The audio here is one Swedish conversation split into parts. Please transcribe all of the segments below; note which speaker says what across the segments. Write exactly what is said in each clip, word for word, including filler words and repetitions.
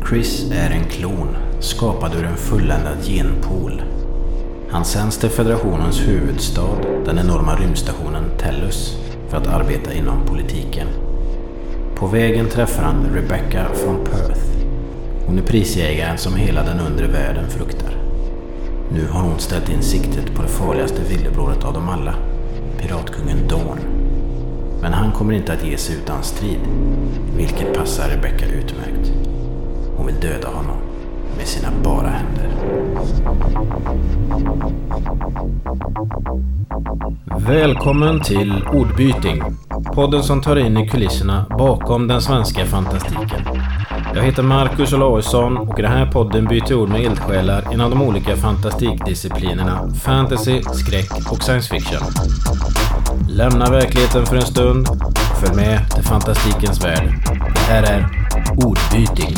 Speaker 1: Chris är en klon, skapad ur en fulländad genpool. Han sänds till federationens huvudstad, den enorma rymdstationen Tellus, för att arbeta inom politiken. På vägen träffar han Rebecca från Perth. Hon är prisjägaren som hela den undre världen fruktar. Nu har hon ställt in siktet på det farligaste villebrådet av dem alla, piratkungen Dawn. Men han kommer inte att ge sig utan strid, vilket passar Rebecca utmärkt. Hon vill döda honom med sina bara händer. Välkommen till Ordbyting, podden som tar in i kulisserna bakom den svenska fantastiken. Jag heter Marcus Olausson och i den här podden byter ord med eldsjälar inom de olika fantastikdisciplinerna fantasy, skräck och science fiction. Lämna verkligheten för en stund och följ med till fantastikens värld. Det här är Ordbyting.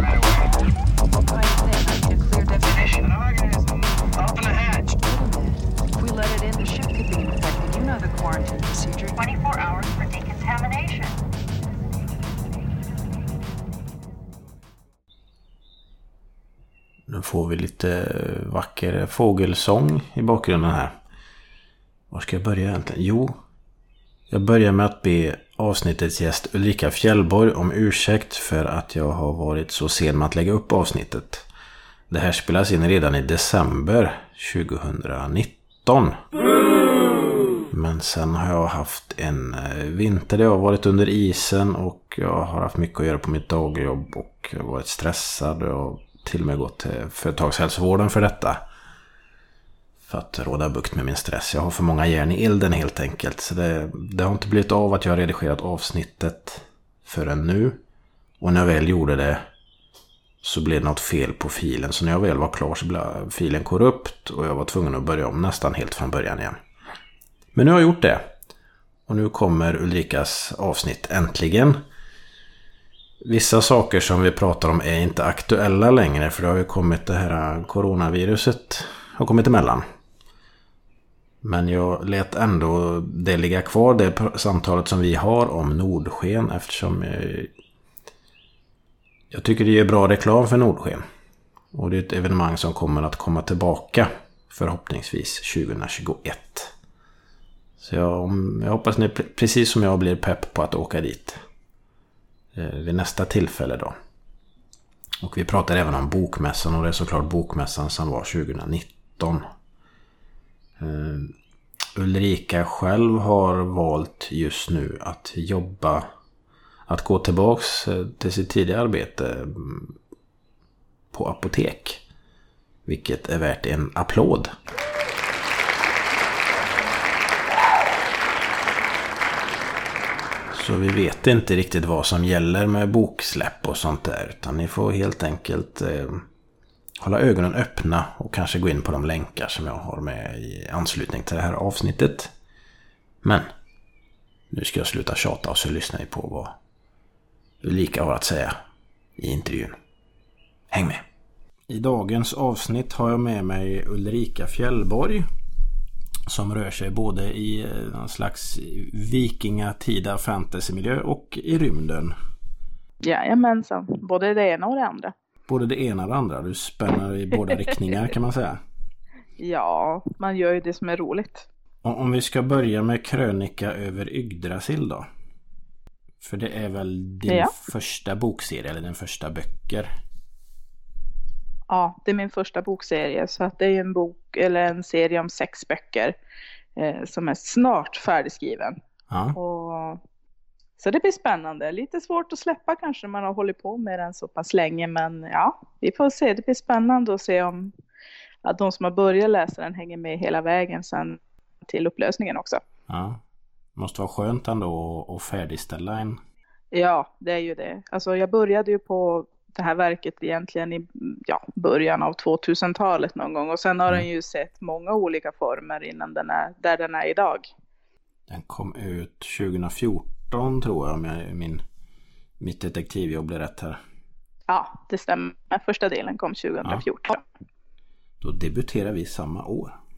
Speaker 1: Nu får vi lite vacker fågelsång i bakgrunden här. Var ska jag börja egentligen? Jo, jag börjar med att be avsnittets gäst Ulrika Fjällborg om ursäkt för att jag har varit så sen med att lägga upp avsnittet. Det här spelas in redan i december tjugonitton. Men sen har jag haft en vinter där jag har varit under isen och jag har haft mycket att göra på mitt dagjobb och jag har varit stressad och till och med gått till företagshälsovården för detta. För att råda bukt med min stress. Jag har för många järn i elden helt enkelt. Så det, det har inte blivit av att jag har redigerat avsnittet förrän nu. Och när jag väl gjorde det så blev det något fel på filen. Så när jag väl var klar så blev filen korrupt och jag var tvungen att börja om nästan helt från början igen. Men nu har jag gjort det. Och nu kommer Ulrikas avsnitt äntligen. Vissa saker som vi pratar om är inte aktuella längre för det har ju kommit det här coronaviruset har kommit emellan. Men jag lät ändå det ligga kvar, det samtalet som vi har om Nordsken, eftersom jag, jag tycker det är bra reklam för Nordsken. Och det är ett evenemang som kommer att komma tillbaka förhoppningsvis tjugohundratjugoett. Så jag, jag hoppas ni precis som jag blir pepp på att åka dit vid nästa tillfälle då. Och vi pratar även om bokmässan och det är såklart bokmässan som var tjugonitton. Uh, Ulrika själv har valt just nu att jobba, att gå tillbaks till sitt tidigare arbete på apotek. Vilket är värt en applåd. Så vi vet inte riktigt vad som gäller med boksläpp och sånt där. Utan ni får helt enkelt eh, hålla ögonen öppna och kanske gå in på de länkar som jag har med i anslutning till det här avsnittet. Men nu ska jag sluta tjata och så lyssnar ni på vad Ulrika har att säga i intervjun. Häng med! I dagens avsnitt har jag med mig Ulrika Fjällborg. Som rör sig både i någon slags vikingatida fantasymiljö och i rymden.
Speaker 2: Jajamensan, både det ena och det andra.
Speaker 1: Både det ena och det andra, du spänner i båda riktningar kan man säga.
Speaker 2: Ja, man gör ju det som är roligt.
Speaker 1: Om vi ska börja med krönika över Yggdrasil då. För det är väl din ja. första bokserie eller din första böcker?
Speaker 2: Ja, det är min första bokserie så att det är en bok eller en serie om sex böcker eh, som är snart färdigskriven.
Speaker 1: Ja.
Speaker 2: Och, så det blir spännande. Lite svårt att släppa kanske när man har hållit på med den så pass länge. Men ja, vi får se. Det blir spännande att se om att de som har börjat läsa den hänger med hela vägen sen till upplösningen också.
Speaker 1: Ja, måste vara skönt ändå att färdigställa en.
Speaker 2: Ja, det är ju det. Alltså jag började ju på det här verket egentligen i ja, början av tvåtusentalet någon gång. Och sen har mm. den ju sett många olika former innan den är där den är idag.
Speaker 1: Den kom ut tjugohundrafjorton tror jag om jag min, mitt detektivjobb blir rätt här.
Speaker 2: Ja, det stämmer. Första delen kom tjugohundrafjorton.
Speaker 1: Ja. Då debuterar vi samma år.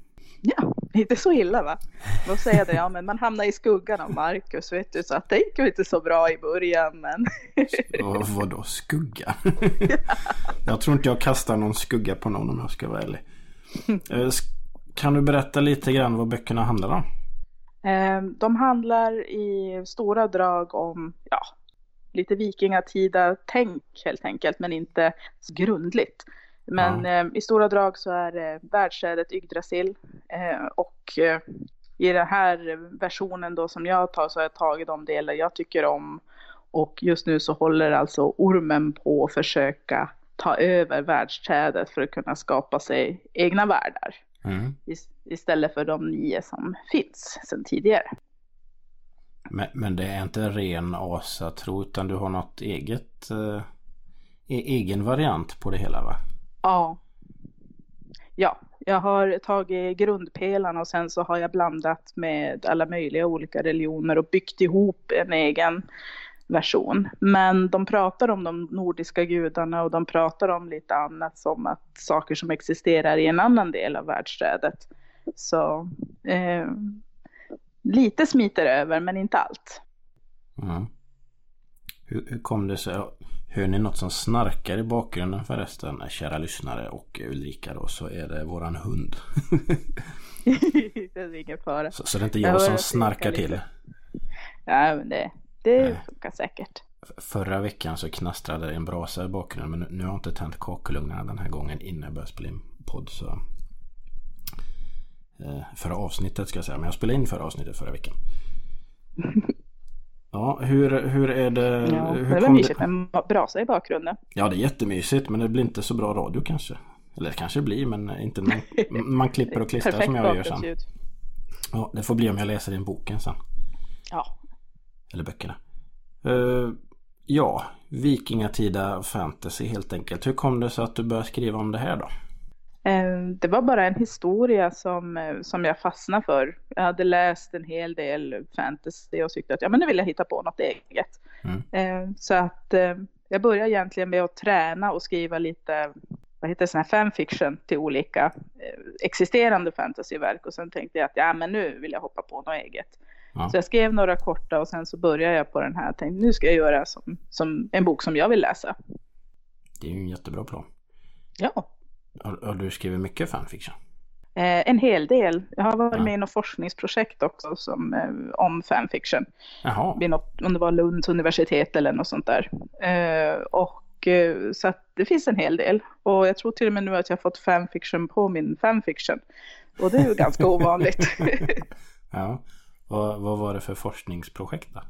Speaker 2: Ja, inte så illa va? Då säger jag det, ja men man hamnar i skuggan av Marcus, vet du, så att det gick ju inte så bra i början, men...
Speaker 1: Vad, vadå skugga? Jag tror inte jag kastar någon skugga på någon om jag ska vara ärlig. Kan du berätta lite grann vad böckerna handlar om?
Speaker 2: De handlar i stora drag om, ja, lite vikingatida tänk helt enkelt, men inte så grundligt. Men ja. eh, i stora drag så är det världsträdet Yggdrasil eh, och eh, i den här versionen då som jag tar så har jag tagit de delar jag tycker om, och just nu så håller alltså ormen på att försöka ta över världsträdet för att kunna skapa sig egna världar mm. istället för de nio som finns sedan tidigare.
Speaker 1: Men, men det är inte ren asatro utan du har något eget eh, egen variant på det hela va?
Speaker 2: Ja. Ja, jag har tagit grundpelarna och sen så har jag blandat med alla möjliga olika religioner och byggt ihop en egen version. Men de pratar om de nordiska gudarna och de pratar om lite annat som att saker som existerar i en annan del av världsträdet. Så eh, lite smiter över men inte allt.
Speaker 1: Mm. Hur, hur kom det sig? Hör ni något som snarkar i bakgrunden förresten, kära lyssnare och Ulrika då, så är det våran hund.
Speaker 2: Det är ingen fara.
Speaker 1: Så, så det är inte jag, jag som snarkar till. Lite.
Speaker 2: Ja, men det, det funkar säkert.
Speaker 1: Förra veckan så knastrade en brasa i bakgrunden, men nu har jag inte tänt kakelugnarna den här gången innan jag började spela in podd. Så, eh, förra avsnittet ska jag säga, men jag spelade in förra avsnittet förra veckan. Ja, hur, hur är det?
Speaker 2: Ja,
Speaker 1: hur
Speaker 2: det var mysigt med en brasa i bakgrunden.
Speaker 1: Ja, det är jättemysigt, men det blir inte så bra radio kanske. Eller det kanske blir, men inte man, man klipper och klistrar som jag gör sen. Ja, det får bli om jag läser in boken sen.
Speaker 2: Ja.
Speaker 1: Eller böckerna. Uh, ja, vikingatida fantasy helt enkelt. Hur kom det så att du började skriva om det här då?
Speaker 2: Det var bara en historia som, som jag fastnade för. Jag hade läst en hel del fantasy och tyckte att ja, men nu vill jag hitta på något eget. Mm. Så att jag började egentligen med att träna och skriva lite, vad heter det, sån här fanfiction till olika existerande fantasyverk. Och sen tänkte jag att ja, men nu vill jag hoppa på något eget. Ja. Så jag skrev några korta och sen så började jag på den här. Jag tänkte nu ska jag göra som, som en bok som jag vill läsa.
Speaker 1: Det är ju en jättebra plan.
Speaker 2: Ja.
Speaker 1: Har, har du skrivit mycket fanfiction?
Speaker 2: Eh, en hel del. Jag har varit ja. med i något forskningsprojekt också som, eh, om fanfiction.
Speaker 1: Jaha.
Speaker 2: Vid något, om det var Lunds universitet eller något sånt där. Eh, och eh, så att det finns en hel del. Och jag tror till och med nu att jag har fått fanfiction på min fanfiction. Och det är ju ganska ovanligt.
Speaker 1: Ja. Vad, vad var det för forskningsprojekt då?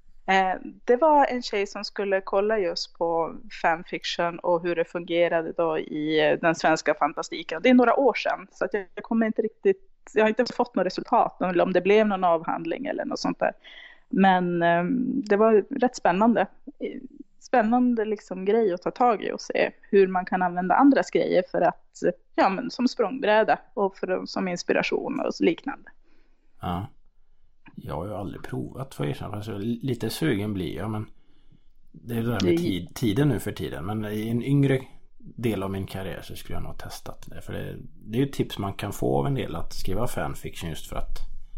Speaker 2: Det var en tjej som skulle kolla just på fanfiction och hur det fungerade då i den svenska fantastiken. Det är några år sedan så att jag kommer inte riktigt, jag har inte fått något resultat eller om det blev någon avhandling eller något sånt där. Men det var rätt spännande. Spännande liksom grej att ta tag i och se hur man kan använda andras grejer för att, ja men som språngbräda och för, som inspiration och liknande.
Speaker 1: Ja. Jag har ju aldrig provat för erkänna. Alltså, lite sugen blir jag, men det är det där med tid, tiden nu för tiden. Men i en yngre del av min karriär så skulle jag nog ha testat det. För det, det är ju ett tips man kan få av en del att skriva fanfiction just för att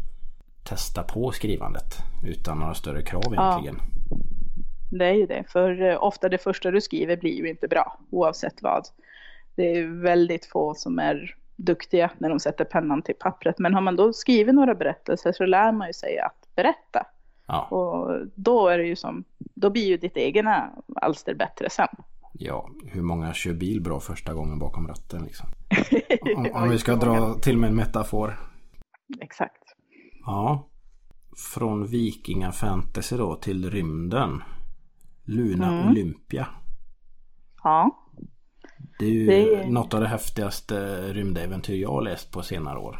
Speaker 1: testa på skrivandet utan några större krav egentligen.
Speaker 2: Ja, det är ju det. För ofta det första du skriver blir ju inte bra oavsett vad. Det är väldigt få som är duktiga när de sätter pennan till pappret. Men har man då skrivit några berättelser så lär man ju sig att berätta. Ja. Och då är det ju som, då blir ju ditt egna alster bättre sen.
Speaker 1: Ja, hur många kör bil bra första gången bakom ratten liksom. Om, om vi ska dra till med en metafor.
Speaker 2: Exakt.
Speaker 1: Ja. Från vikinga fantasy då till rymden. Luna mm. Olympia.
Speaker 2: Ja.
Speaker 1: Det är ju det är... något av det häftigaste rymdäventyr jag har läst på senare år.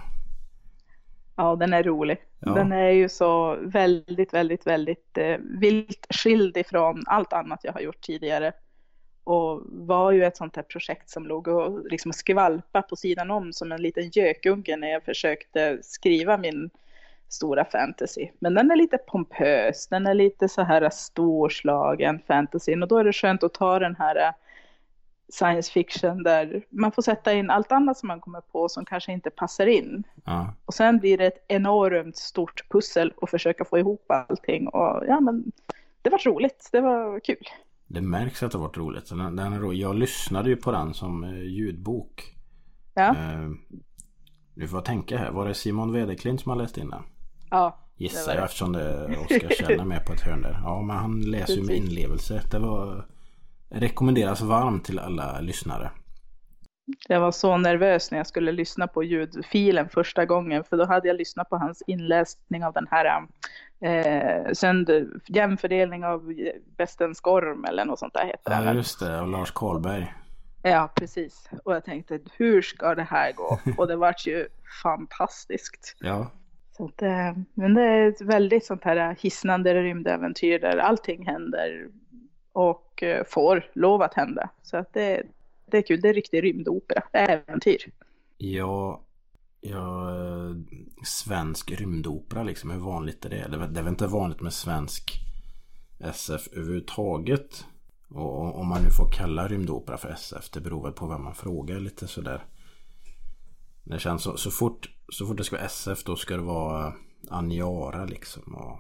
Speaker 2: Ja, den är rolig. Ja. Den är ju så väldigt, väldigt, väldigt eh, vilt skild ifrån allt annat jag har gjort tidigare. Och var ju ett sånt här projekt som låg och liksom skvalpa på sidan om som en liten gökunge när jag försökte skriva min stora fantasy. Men den är lite pompös, den är lite så här storslagen fantasy. Och då är det skönt att ta den här science fiction där man får sätta in allt annat som man kommer på som kanske inte passar in.
Speaker 1: Ja.
Speaker 2: Och sen blir det ett enormt stort pussel och försöka få ihop allting. Och ja, men det var roligt. Det var kul.
Speaker 1: Det märks att det var roligt. Den, den är ro- jag lyssnade ju på den som eh, ljudbok.
Speaker 2: Ja.
Speaker 1: Eh, nu får jag tänka här. Var det Simon Wederklint som har läst in den?
Speaker 2: Ja.
Speaker 1: Gissar jag, eftersom det är Oskar Källner med på ett hörn där. Ja, men han läser ju med inlevelse. Det var rekommenderas varmt till alla lyssnare.
Speaker 2: Jag var så nervös när jag skulle lyssna på ljudfilen första gången. För då hade jag lyssnat på hans inläsning av den här eh, sen jämfördelning av Västens Gorm eller något sånt där heter det.
Speaker 1: Ja, just det. Och Lars Karlberg.
Speaker 2: Ja, precis. Och jag tänkte, hur ska det här gå? Och det var ju fantastiskt.
Speaker 1: Ja.
Speaker 2: Så att, eh, men det är ett väldigt sånt här hisnande rymdäventyr där allting händer och eh, får lov att hända. Så att det, det är kul, det är riktig rymdopera, det är äventyr.
Speaker 1: Ja, ja, svensk rymdopera liksom, hur vanligt är det? Det är, det är väl inte vanligt med svensk S F överhuvudtaget. Och om man nu får kalla rymdopera för S F, det beror väl på vem man frågar lite sådär. Det känns så, så fort så fort det ska vara S F då ska det vara Aniara liksom och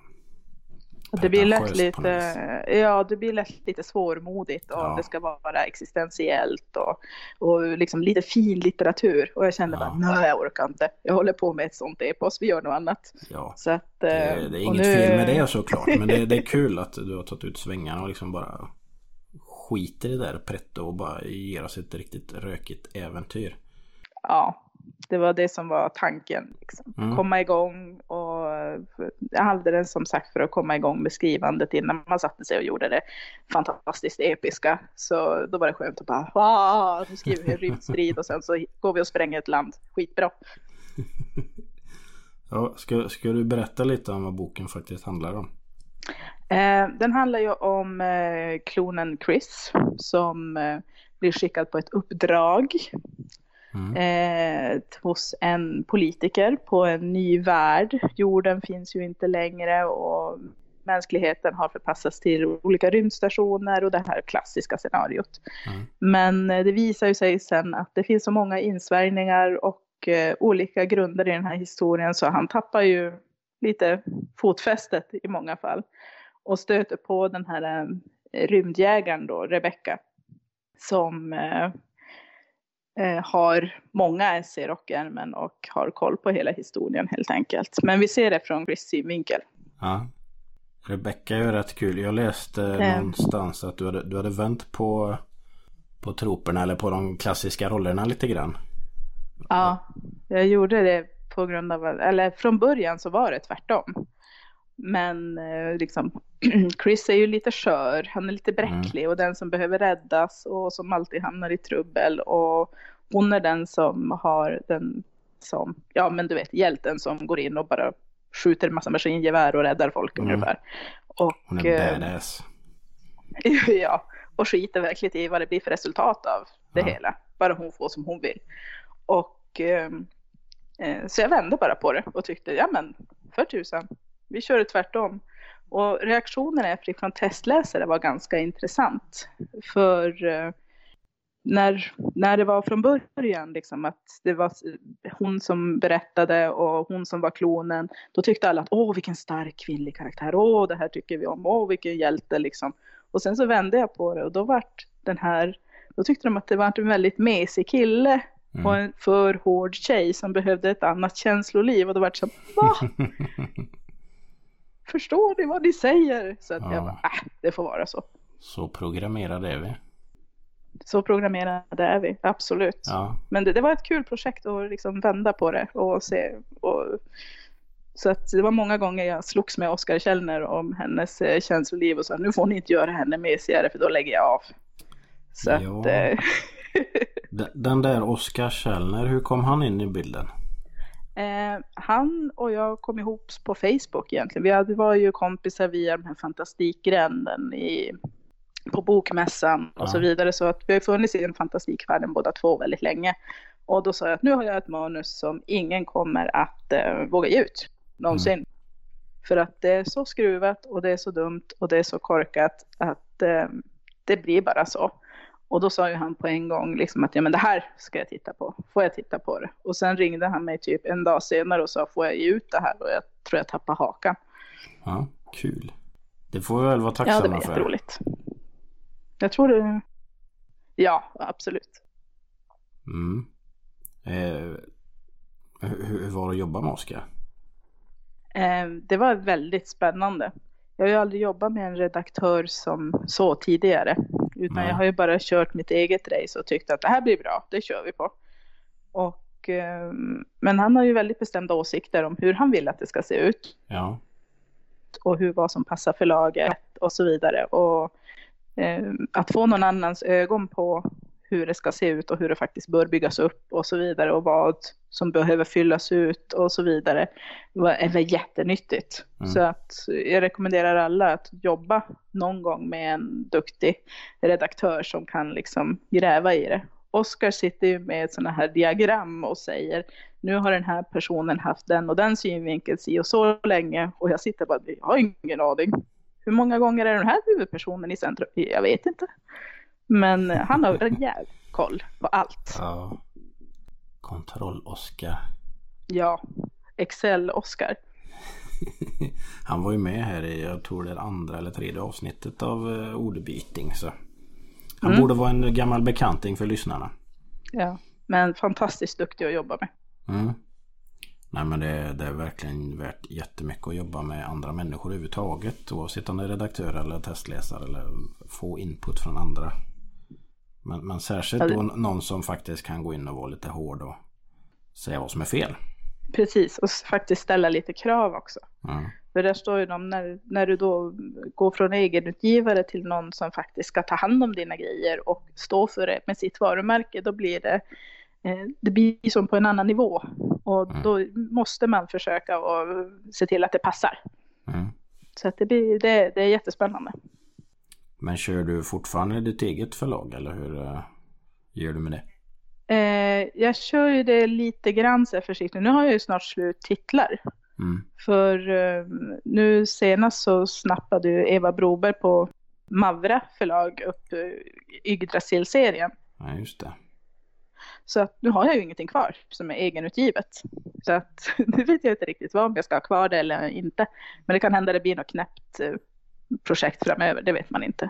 Speaker 2: det blir lätt lite ja, det blir lätt lite svårmodigt och
Speaker 1: ja.
Speaker 2: Det ska vara existentiellt och, och liksom lite fin litteratur och jag kände ja. bara, nej jag orkar inte. Jag håller på med ett sånt epos, vi gör något annat.
Speaker 1: Ja.
Speaker 2: Så att,
Speaker 1: det, det är inget nu... fel med det såklart, men det, det är kul att du har tagit ut svängarna och liksom bara skiter i det där pretto och bara ger oss ett riktigt rökigt äventyr.
Speaker 2: Ja, det var det som var tanken. Liksom. Mm. Komma igång och jag hade den som sagt för att komma igång med skrivandet innan man satte sig och gjorde det fantastiskt episka. Så då var det skönt att bara, nu skriver vi en rymdstrid och sen så går vi och spränger ett land. Skitbra.
Speaker 1: Ja, ska, ska du berätta lite om vad boken faktiskt handlar om?
Speaker 2: Eh, den handlar ju om eh, klonen Chris som eh, blir skickad på ett uppdrag mm. eh, hos en politiker på en ny värld. Jorden finns ju inte längre och mänskligheten har förpassats till olika rymdstationer och det här klassiska scenariot. Mm. Men eh, det visar ju sig sen att det finns så många insvärjningar och eh, olika grunder i den här historien så han tappar ju lite fotfästet i många fall. Och stöter på den här äh, rymdjägaren då, Rebecca. Som äh, äh, har många S i rockärmen och har koll på hela historien helt enkelt. Men vi ser det från Chris synvinkel.
Speaker 1: Ja. Rebecca är ju rätt kul. Jag läste mm. någonstans att du hade, du hade vänt på, på troperna eller på de klassiska rollerna lite grann.
Speaker 2: Ja, jag gjorde det på grund av, eller från början så var det tvärtom. Men eh, liksom Chris är ju lite skör, han är lite bräcklig mm. och den som behöver räddas och som alltid hamnar i trubbel och hon är den som har den som, ja men du vet, hjälten som går in och bara skjuter en massa maskingevär och räddar folk mm. ungefär. Och,
Speaker 1: hon är badass.
Speaker 2: Eh, ja, och skiter verkligen i vad det blir för resultat av det ja. hela. Bara hon får som hon vill. Och eh, så jag vände bara på det och tyckte, ja men för tusan. Vi körde tvärtom. Och reaktionerna efter från testläsare var ganska intressant. För eh, när, när det var från början liksom, att det var hon som berättade och hon som var klonen. Då tyckte alla att åh vilken stark kvinnlig karaktär. Åh det här tycker vi om. Åh vilken hjälte liksom. Och sen så vände jag på det och då var den här. Då tyckte de att det var en väldigt mesig kille. Mm. Och en för hård tjej som behövde ett annat känsloliv. Och då var det så va? Förstår ni vad ni säger? Så att ja. jag bara, äh, det får vara så.
Speaker 1: Så programmerade är vi.
Speaker 2: Så programmerade är vi, absolut.
Speaker 1: Ja.
Speaker 2: Men det, det var ett kul projekt att liksom vända på det och se. Och, så att det var många gånger jag slogs med Oskar Källner om hennes eh, känsloliv och sa nu får ni inte göra henne mesigare för då lägger jag av. Så
Speaker 1: ja.
Speaker 2: att... Eh,
Speaker 1: den där Oskar Källner, hur kom han in i bilden?
Speaker 2: Eh, han och jag kom ihop på Facebook egentligen. Vi hade, var ju kompisar via den här fantastikgränden i, på bokmässan och ja. så vidare. Så att vi har funnits i en fantastikvärlden båda två väldigt länge. Och då sa jag att nu har jag ett manus som ingen kommer att eh, våga ge ut någonsin. Mm. För att det är så skruvat och det är så dumt och det är så korkat att eh, det blir bara så. Och då sa ju han på en gång liksom att ja, men det här ska jag titta på. Får jag titta på det? Och sen ringde han mig typ en dag senare och sa får jag ge ut det här? Och jag tror jag tappade hakan.
Speaker 1: Ja, kul. Det får vi väl vara tacksamma för.
Speaker 2: Ja, det var jätteroligt. Jag tror det... Ja, absolut.
Speaker 1: Mm. Eh, hur, hur var det att jobba med Oskar?
Speaker 2: Eh, det var väldigt spännande. Jag har ju aldrig jobbat med en redaktör som så tidigare. Utan Nej. jag har ju bara kört mitt eget race och tyckt att det här blir bra, det kör vi på. Och, eh, men han har ju väldigt bestämda åsikter om hur han vill att det ska se ut.
Speaker 1: Ja.
Speaker 2: Och hur vad som passar för laget och så vidare. Och eh, att få någon annans ögon på hur det ska se ut och hur det faktiskt bör byggas upp och så vidare. Och vad som behöver fyllas ut och så vidare. Är väl jättenyttigt. Mm. Så att jag rekommenderar alla att jobba någon gång med en duktig redaktör som kan liksom gräva i det. Oskar sitter ju med sådana här diagram och säger nu har den här personen haft den och den synvinkeln i och så länge. Och jag sitter bara, jag har ingen aning. Hur många gånger är den här huvudpersonen i centrum? Jag vet inte. Men han har rejäl koll på allt.
Speaker 1: Ja. Kontroll-Oskar.
Speaker 2: Ja, Excel-Oskar.
Speaker 1: Han var ju med här i, jag tror det är andra eller tredje avsnittet av uh, Ordbyting. Så han mm. borde vara en gammal bekanting för lyssnarna.
Speaker 2: Ja, men fantastiskt duktig att jobba med.
Speaker 1: Mm. Nej, men det, det är verkligen värt jättemycket att jobba med andra människor överhuvudtaget. Oavsett om det är redaktör eller testläsare eller få input från andra. Men, men särskilt då någon som faktiskt kan gå in och vara lite hård och säga vad som är fel.
Speaker 2: Precis, och faktiskt ställa lite krav också.
Speaker 1: Mm.
Speaker 2: För där står ju de, när, när du då går från egenutgivare till någon som faktiskt ska ta hand om dina grejer och stå för det med sitt varumärke, då blir det, eh, det blir som på en annan nivå. Och mm. då måste man försöka och se till att det passar.
Speaker 1: Mm.
Speaker 2: Så att det, blir, det, det är jättespännande.
Speaker 1: Men kör du fortfarande ditt eget förlag eller hur uh, gör du med det?
Speaker 2: Eh, jag kör ju det lite grann så försiktigt. Nu har jag ju snart slut titlar.
Speaker 1: Mm.
Speaker 2: För eh, nu senast så snappade ju Eva Broberg på Mavra förlag upp uh, Yggdrasil-serien.
Speaker 1: Ja, just det.
Speaker 2: Så att nu har jag ju ingenting kvar som är egenutgivet. Så att nu vet jag inte riktigt vad om jag ska ha kvar det eller inte. Men det kan hända att det blir något knäppt uh, projekt framöver, det vet man inte.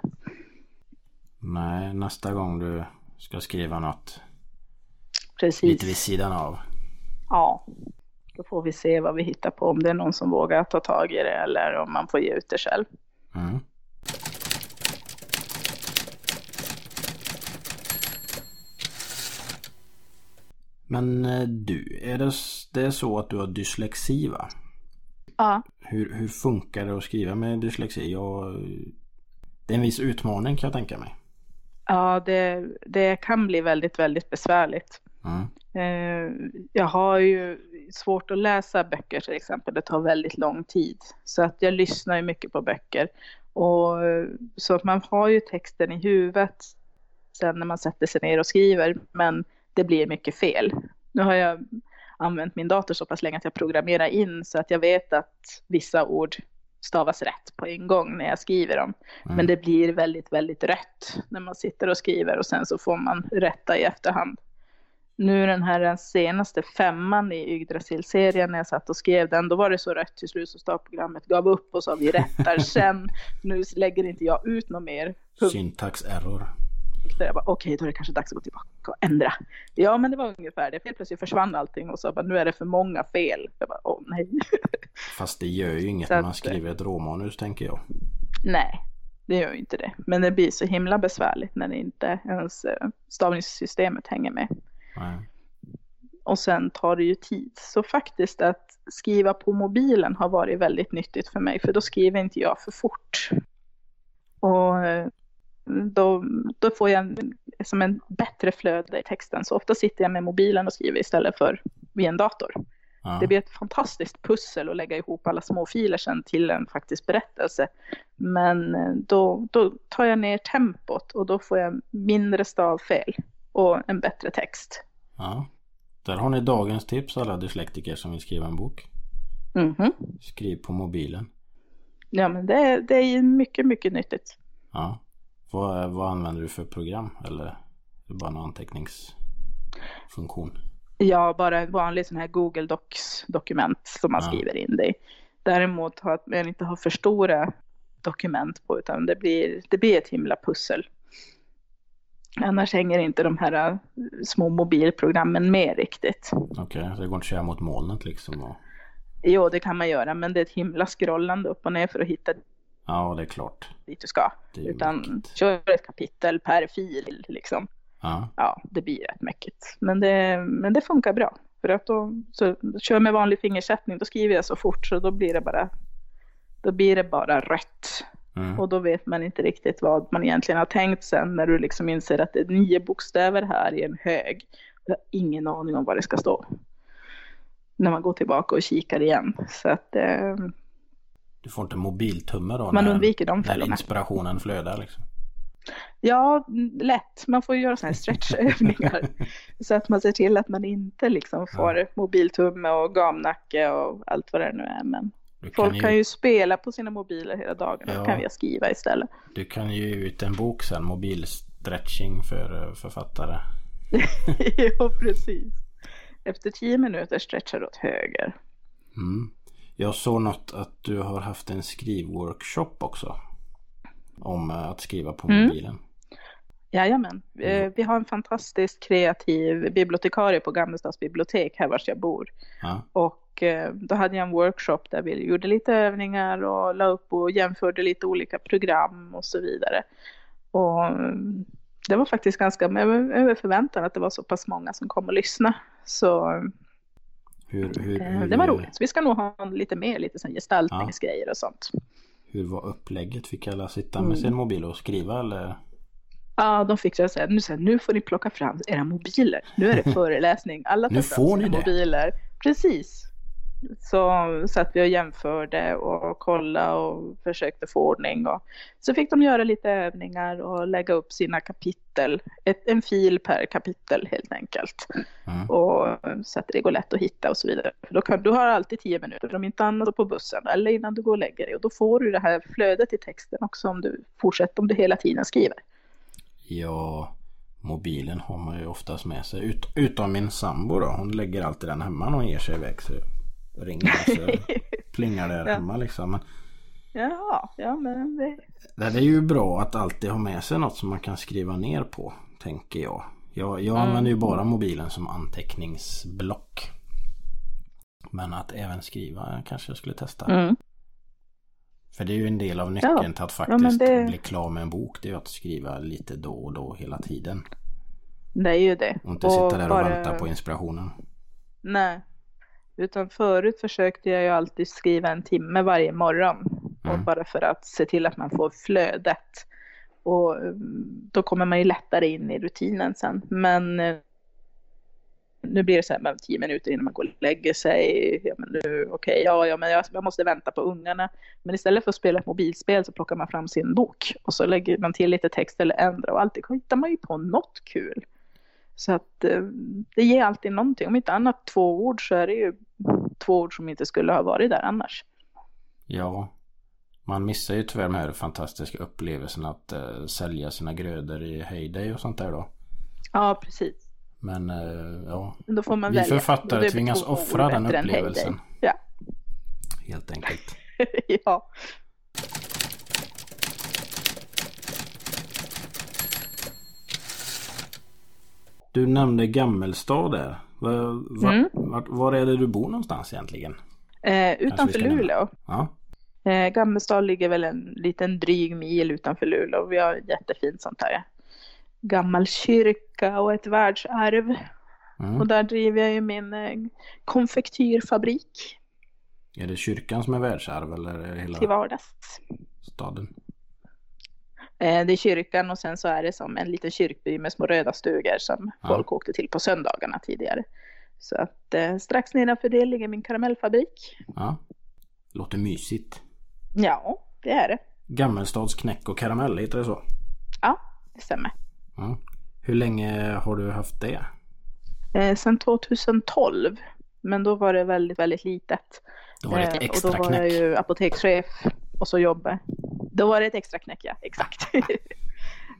Speaker 1: Nej, nästa gång du ska skriva något
Speaker 2: Precis.
Speaker 1: Lite vid sidan av.
Speaker 2: Ja, då får vi se vad vi hittar på, om det är någon som vågar ta tag i det eller om man får ge ut det själv.
Speaker 1: Mm. Men du, är det, det är så att du har dyslexi, va?
Speaker 2: Ja.
Speaker 1: Hur, hur funkar det att skriva med dyslexi? Jag, det är en viss utmaning kan jag tänka mig.
Speaker 2: Ja, det, det kan bli väldigt, väldigt besvärligt.
Speaker 1: Mm.
Speaker 2: Eh, jag har ju svårt att läsa böcker till exempel. Det tar väldigt lång tid. Så att jag lyssnar ju mycket på böcker. Och, så att man har ju texten i huvudet sen när man sätter sig ner och skriver. Men det blir mycket fel. Nu har jag använt min dator så pass länge att jag programmerar in så att jag vet att vissa ord stavas rätt på en gång när jag skriver dem. Mm. Men det blir väldigt, väldigt rätt när man sitter och skriver och sen så får man rätta i efterhand. Nu den här den senaste femman i Yggdrasil-serien när jag satt och skrev den, då var det så rätt till slut så stavprogrammet gav upp och sa vi rättar sen. Nu lägger inte jag ut något mer.
Speaker 1: Syntax error.
Speaker 2: Jag bara, okej, då är det kanske dags att gå tillbaka och ändra. Ja, men det var ungefär det. Helt plötsligt försvann allting och så bara, nu är det för många fel. Jag bara, åh nej.
Speaker 1: Fast det gör ju inget
Speaker 2: så
Speaker 1: när man skriver ett råmanus, tänker jag.
Speaker 2: Nej, det gör ju inte det. Men det blir så himla besvärligt när det inte ens stavningssystemet hänger med.
Speaker 1: Nej.
Speaker 2: Och sen tar det ju tid. Så faktiskt att skriva på mobilen har varit väldigt nyttigt för mig. För då skriver inte jag för fort. Och då, då får jag som en bättre flöde i texten. Så ofta sitter jag med mobilen och skriver istället för vid en dator. Ja. Det blir ett fantastiskt pussel att lägga ihop alla små filer sen till en faktisk berättelse. Men då, då tar jag ner tempot och då får jag mindre stavfel och en bättre text.
Speaker 1: Ja, där har ni dagens tips alla dyslektiker som vill skriva en bok.
Speaker 2: Mm-hmm.
Speaker 1: Skriv på mobilen.
Speaker 2: Ja, men det, det är mycket, mycket nyttigt.
Speaker 1: Ja, Vad, vad använder du för program? Eller är det bara en anteckningsfunktion?
Speaker 2: Ja, bara en vanlig sån här Google Docs-dokument som man ja. skriver in det i. Däremot har man inte har för stora dokument på, utan det blir, det blir ett himla pussel. Annars hänger inte de här små mobilprogrammen med riktigt.
Speaker 1: Okej, okay, så det går inte att köra mot molnet liksom? Och...
Speaker 2: Jo, det kan man göra, men det är ett himla scrollande upp och ner för att hitta.
Speaker 1: Ja, det är klart.
Speaker 2: Dit du ska. Utan mäckigt. Kör ett kapitel per fil liksom.
Speaker 1: Ja.
Speaker 2: Ja, det blir rätt mäckigt. Men det, men det funkar bra. För att då, så, kör med vanlig fingersättning, då skriver jag så fort så då blir det bara, då blir det bara rött. Mm. Och då vet man inte riktigt vad man egentligen har tänkt sen när du liksom inser att det är nio bokstäver här i en hög. Jag har ingen aning om vad det ska stå. När man går tillbaka och kikar igen. Så att... Eh,
Speaker 1: du får inte mobiltumme då?
Speaker 2: Man
Speaker 1: när,
Speaker 2: undviker de
Speaker 1: när inspirationen flödar liksom.
Speaker 2: Ja, lätt. Man får göra såna här stretchövningar. Så att man ser till att man inte liksom får ja. mobiltumme och gamnacke och allt vad det nu är. Men kan folk ju... kan ju spela på sina mobiler hela dagen. Ja. Då kan vi skriva istället.
Speaker 1: Du kan ju ge ut en bok sen, mobilstretching för författare.
Speaker 2: Ja, precis. Efter tio minuter stretchar du åt höger.
Speaker 1: Mm. Jag såg något att du har haft en skrivworkshop också. Om att skriva på mm. mobilen.
Speaker 2: Jajamän. Mm. Vi har en fantastiskt kreativ bibliotekarie på Gammelstads bibliotek här vars jag bor.
Speaker 1: Ja.
Speaker 2: Och då hade jag en workshop där vi gjorde lite övningar och la upp och jämförde lite olika program och så vidare. Och det var faktiskt ganska över förväntan att det var så pass många som kom och lyssna. Så
Speaker 1: hur, hur, hur,
Speaker 2: det var roligt. Så vi ska nog ha lite mer lite sån gestaltningsgrejer och sånt.
Speaker 1: Hur var upplägget? Fick alla sitta med mm. sin mobil och skriva eller?
Speaker 2: Ja, de fick säga nu, så här, nu får ni plocka fram era mobiler. Nu är det föreläsning. Alla tar
Speaker 1: nu
Speaker 2: fram
Speaker 1: får
Speaker 2: sina
Speaker 1: ni
Speaker 2: mobiler. Det. Precis. Så satt vi och jämförde och kollade och försökte få ordning. Och så fick de göra lite övningar och lägga upp sina kapitel. Ett, en fil per kapitel helt enkelt. Mm. Och så att det går lätt att hitta och så vidare. För då kan, du har alltid tio minuter om inte annat på bussen eller innan du går och lägger dig. Och då får du det här flödet i texten också om du fortsätter om du hela tiden skriver.
Speaker 1: Ja, mobilen har man ju oftast med sig. Ut, utom min sambo då. Hon lägger alltid den hemma när hon ger sig iväg så ringer så plingar det ja. hemma liksom. Men,
Speaker 2: ja, ja, men det...
Speaker 1: det är ju bra att alltid ha med sig något som man kan skriva ner på, tänker jag. Jag, jag mm. använder ju bara mobilen som anteckningsblock. Men att även skriva kanske jag skulle testa.
Speaker 2: Mm.
Speaker 1: För det är ju en del av nyckeln
Speaker 2: ja.
Speaker 1: till att faktiskt
Speaker 2: ja, det...
Speaker 1: bli klar med en bok. Det är ju att skriva lite då och då hela tiden.
Speaker 2: Det är ju det.
Speaker 1: Och inte och sitta där bara... och vänta på inspirationen.
Speaker 2: Nej. Utan förut försökte jag ju alltid skriva en timme varje morgon. Mm. Och bara för att se till att man får flödet. Och då kommer man ju lättare in i rutinen sen. Men nu blir det så här med tio minuter innan man går och lägger sig. Ja, men nu, okej, okay, ja, ja, men jag, jag måste vänta på ungarna. Men istället för att spela ett mobilspel så plockar man fram sin bok. Och så lägger man till lite text eller ändrar. Och alltid hittar man ju på något kul. Så att eh, det ger alltid någonting. Om inte annat två ord så är det ju två ord som inte skulle ha varit där annars.
Speaker 1: Ja, man missar ju tyvärr de här fantastiska upplevelserna att eh, sälja sina grödor i Heyday och sånt där då.
Speaker 2: Ja, precis.
Speaker 1: Men eh, ja,
Speaker 2: då får man
Speaker 1: vi
Speaker 2: välja.
Speaker 1: författare tvingas offra den upplevelsen.
Speaker 2: Ja.
Speaker 1: Helt enkelt.
Speaker 2: Ja.
Speaker 1: Du nämnde Gammelstad där. Var, var, mm. var, var är det du bor någonstans egentligen?
Speaker 2: Eh, utanför Luleå.
Speaker 1: Ja.
Speaker 2: Eh, Gammelstad ligger väl en liten dryg mil utanför Luleå. Vi har jättefint sånt här. Gammal kyrka och ett världsarv. Mm. Och där driver jag ju min eh, konfektyrfabrik.
Speaker 1: Är det kyrkan som är världsarv eller är det hela
Speaker 2: till vardags?
Speaker 1: Staden?
Speaker 2: Eh, det är kyrkan och sen så är det som en liten kyrkby med små röda stugor som ja. folk åkte till på söndagarna tidigare. Så att eh, strax nedanför det ligger min karamellfabrik.
Speaker 1: Ja, låter mysigt.
Speaker 2: Ja, det är det.
Speaker 1: Gammelstads knäck och karamell, heter det så?
Speaker 2: Ja, det stämmer.
Speaker 1: Ja. Hur länge har du haft det?
Speaker 2: Eh, sen tjugohundratolv. Men då var det väldigt, väldigt litet.
Speaker 1: Då var det ett extra knäck.
Speaker 2: Och då var jag ju apotekschef och så jobbade. Då var det ett extra knäck, ja. Exakt.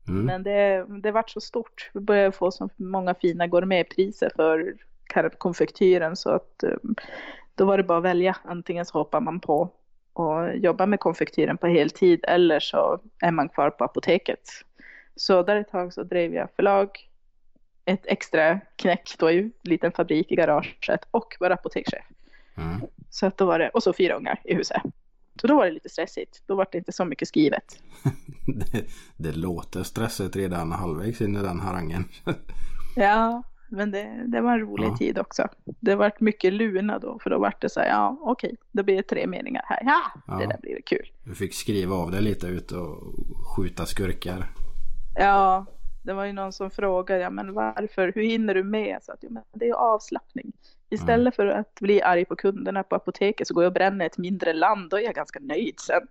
Speaker 2: Mm. Men det, det vart så stort. Vi började få så många fina gourmetpriser för konfektyren så att då var det bara att välja. Antingen så hoppar man på och jobbar med konfektyren på heltid eller så är man kvar på apoteket. Så där ett tag så drev jag förlag, ett extra knäck då i en liten fabrik i garaget och var apotekschef. Mm. Så att då var det, och så fyra ungar i huset. Så då var det lite stressigt. Då var det inte så mycket skrivet.
Speaker 1: det, det låter stressigt redan halvvägs in i den harangen.
Speaker 2: Ja, men det, det var en rolig ja. tid också. Det var mycket luna då. För då var det så här, ja okej, då blir det tre meningar här. Ja, ja. Det där blir det kul.
Speaker 1: Du fick skriva av det lite ut och skjuta skurkar.
Speaker 2: Ja, det var ju någon som frågade, ja men varför, hur hinner du med? Så att, jo, men det är ju avslappning. Istället mm. för att bli arg på kunderna på apoteket så går jag och bränner ett mindre land och är jag ganska nöjd sen.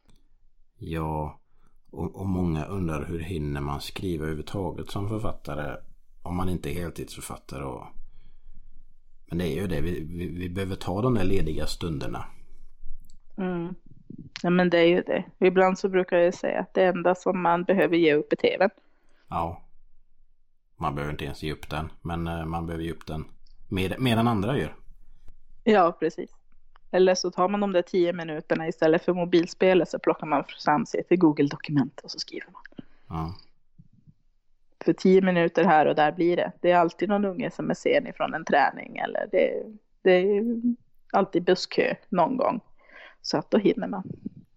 Speaker 1: Ja, och, och många undrar hur hinner man skriva överhuvudtaget som författare om man inte är heltidsförfattare. Och... Men det är ju det, vi, vi, vi behöver ta de där lediga stunderna.
Speaker 2: Mm. Ja men det är ju det. Ibland så brukar jag säga att det enda som man behöver ge upp är tvn.
Speaker 1: Ja, man behöver inte ens ge upp den, men man behöver ge upp den mer, mer än andra gör.
Speaker 2: Ja, precis. Eller så tar man de där tio minuterna istället för mobilspelet så plockar man fram sig till Google-dokument och så skriver man.
Speaker 1: Ja.
Speaker 2: För tio minuter här och där blir det. Det är alltid någon unge som är sen ifrån en träning eller det, det är alltid busskö någon gång. Så att då hinner man.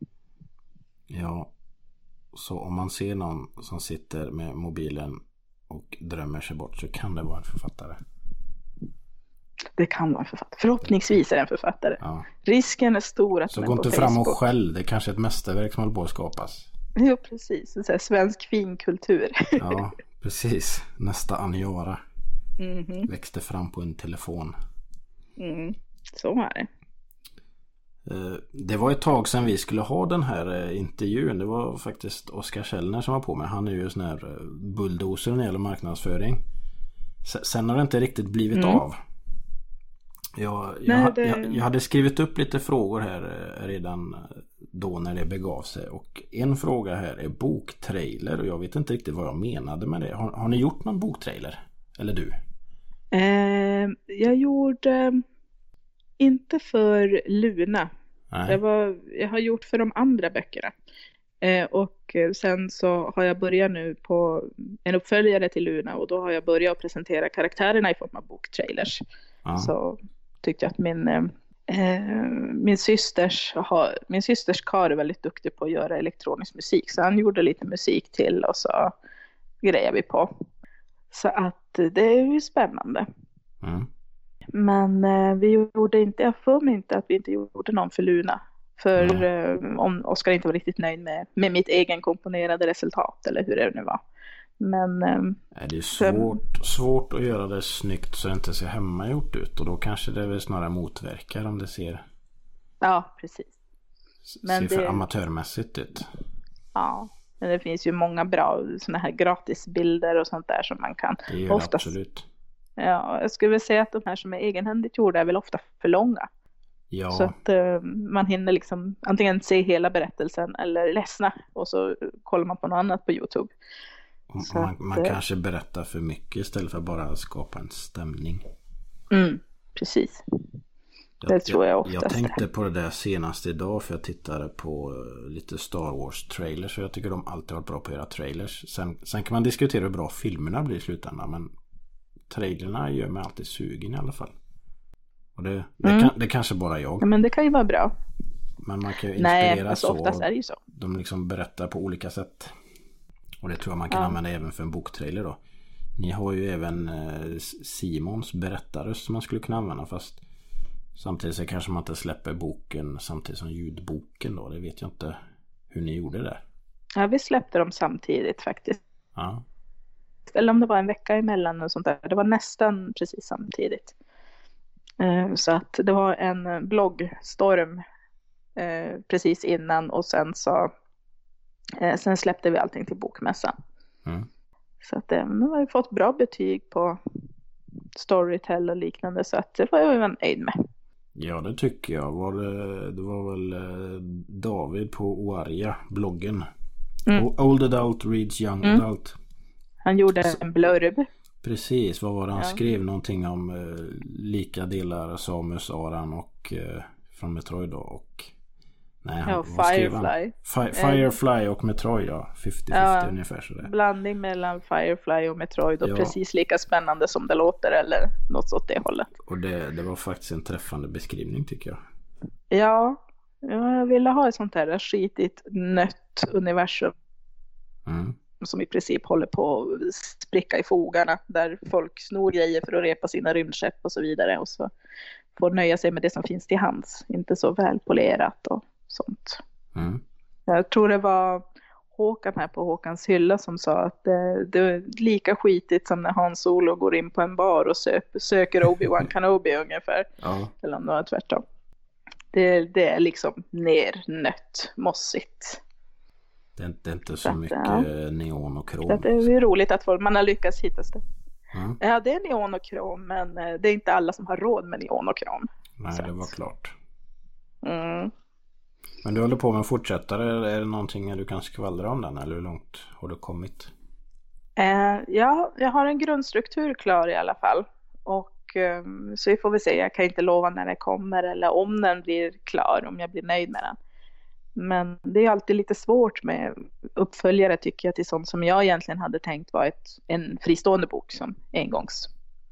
Speaker 1: Ja, så om man ser någon som sitter med mobilen och drömmer sig bort så kan det vara en författare.
Speaker 2: Det kan vara en författare. Förhoppningsvis är det en författare.
Speaker 1: Ja.
Speaker 2: Risken är stor att
Speaker 1: så
Speaker 2: man
Speaker 1: gå inte fram och skäll. Det är kanske ett mästerverk som håller på att skapas.
Speaker 2: Jo, precis. En sån här svensk finkultur.
Speaker 1: Ja, precis. Nästa Aniara
Speaker 2: mm-hmm.
Speaker 1: växte fram på en telefon.
Speaker 2: Mm, så är det.
Speaker 1: Det var ett tag sedan vi skulle ha den här intervjun. Det var faktiskt Oskar Källner som var på mig. Han är ju sån här bulldozer när det gäller marknadsföring. Sen har det inte riktigt blivit mm. av. Jag, jag, Nej, det... jag, jag hade skrivit upp lite frågor här redan då när det begav sig. Och en fråga här är boktrailer. Och jag vet inte riktigt vad jag menade med det. Har, har ni gjort någon boktrailer? Eller du?
Speaker 2: Eh, jag gjorde... Inte för Luna. Det var, jag har gjort för de andra böckerna. Eh, och sen så har jag börjat nu på en uppföljare till Luna. Och då har jag börjat presentera karaktärerna i form av boktrailers. Ja. Så tyckte jag att min, eh, min, systers, har, min systers kar är väldigt duktig på att göra elektronisk musik. Så han gjorde lite musik till och så grejer vi på. Så att det är ju spännande.
Speaker 1: Mm.
Speaker 2: Men eh, vi gjorde inte, jag för mig inte att vi inte gjorde någon för Luna. För mm. eh, om Oskar inte var riktigt nöjd med, med mitt egen komponerade resultat eller hur det nu var. Men eh,
Speaker 1: det är svårt, för, svårt att göra det snyggt så det inte ser hemmagjort ut. Och då kanske det väl snarare motverkar om det ser
Speaker 2: Ja, precis.
Speaker 1: Men ser det, för amatörmässigt ut.
Speaker 2: Ja, men det finns ju många bra såna här gratisbilder och sånt där som man kan.
Speaker 1: Det gör oftast, det absolut.
Speaker 2: Ja, jag skulle väl säga att de här som är egenhändigt gjorda är väl ofta för långa.
Speaker 1: Ja.
Speaker 2: Så att uh, man hinner liksom antingen se hela berättelsen eller ledsna och så kollar man på något annat på YouTube.
Speaker 1: Så man man att, kanske berättar för mycket istället för bara att skapa en stämning.
Speaker 2: Mm, precis.
Speaker 1: Jag,
Speaker 2: det tror jag oftast.
Speaker 1: Jag tänkte på det där senast idag för jag tittade på lite Star Wars trailers så jag tycker de alltid har varit bra på att göra trailers. Sen, sen kan man diskutera hur bra filmerna blir i slutändan men trailerna gör mig alltid sugen i alla fall. Och det, det, mm. kan, det kanske bara jag.
Speaker 2: Ja, men det kan ju vara bra.
Speaker 1: Men man kan ju inspirera. Nej, alltså
Speaker 2: oftast är det ju så.
Speaker 1: De liksom berättar på olika sätt. Och det tror jag man kan ja. använda även för en boktrailer då. Ni har ju även eh, Simons berättarröst som man skulle kunna använda fast samtidigt så kanske man inte släpper boken samtidigt som ljudboken då. Det vet jag inte hur ni gjorde där.
Speaker 2: Ja, vi släppte dem samtidigt faktiskt.
Speaker 1: Ja.
Speaker 2: Eller om det var en vecka emellan och sånt där. Det var nästan precis samtidigt. Eh, så att det var en bloggstorm eh, precis innan och sen så eh, sen släppte vi allting till bokmässan.
Speaker 1: Mm.
Speaker 2: Så att eh, nu har vi fått bra betyg på Storytel och liknande så att det var jag ju nöjd med.
Speaker 1: Ja, det tycker jag. Var det, det var väl David på Oaria bloggen Mm. Old Adult reads Young mm. Adult.
Speaker 2: Han gjorde en blurb.
Speaker 1: Precis, vad var det han ja. skrev? Någonting om eh, lika delar Samus Aran och eh, från Metroid då, och nej, han,
Speaker 2: ja, Firefly.
Speaker 1: Fi- Firefly och Metroid, ja. femtio femtio ja, ungefär sådär.
Speaker 2: Blandning mellan Firefly och Metroid och ja. precis lika spännande som det låter, eller något åt det hållet.
Speaker 1: Och det, det var faktiskt en träffande beskrivning tycker jag.
Speaker 2: Ja, jag ville ha ett sånt här skitigt nött universum. Mm. Som i princip håller på att spricka i fogarna, där folk snor grejer för att repa sina rymdskepp och så vidare, och så får nöja sig med det som finns till hands, inte så välpolerat och sånt. Mm. Jag tror det var Håkan här på Håkans hylla som sa att det, det är lika skitigt som när Han Solo går in på en bar och söker, söker Obi-Wan Kenobi ungefär. Ja. Eller om det var tvärtom. Det, det är liksom nernött, mossigt.
Speaker 1: Det är, det är inte så, så mycket ja. neon och krom.
Speaker 2: Det är ju roligt att man har lyckats hitta det. Mm. Ja, det är neon och krom, men det är inte alla som har råd med neon och krom.
Speaker 1: Nej, så. Det var klart.
Speaker 2: Mm.
Speaker 1: Men du håller på med fortsättare. Är det någonting du kan skvallra om den, eller hur långt har du kommit?
Speaker 2: Eh, ja, jag har en grundstruktur klar i alla fall. Och eh, så vi får väl se. Jag kan inte lova när det kommer eller om den blir klar, om jag blir nöjd med den. Men det är alltid lite svårt med uppföljare, tycker jag, till sånt som jag egentligen hade tänkt var ett, en fristående bok som engångs.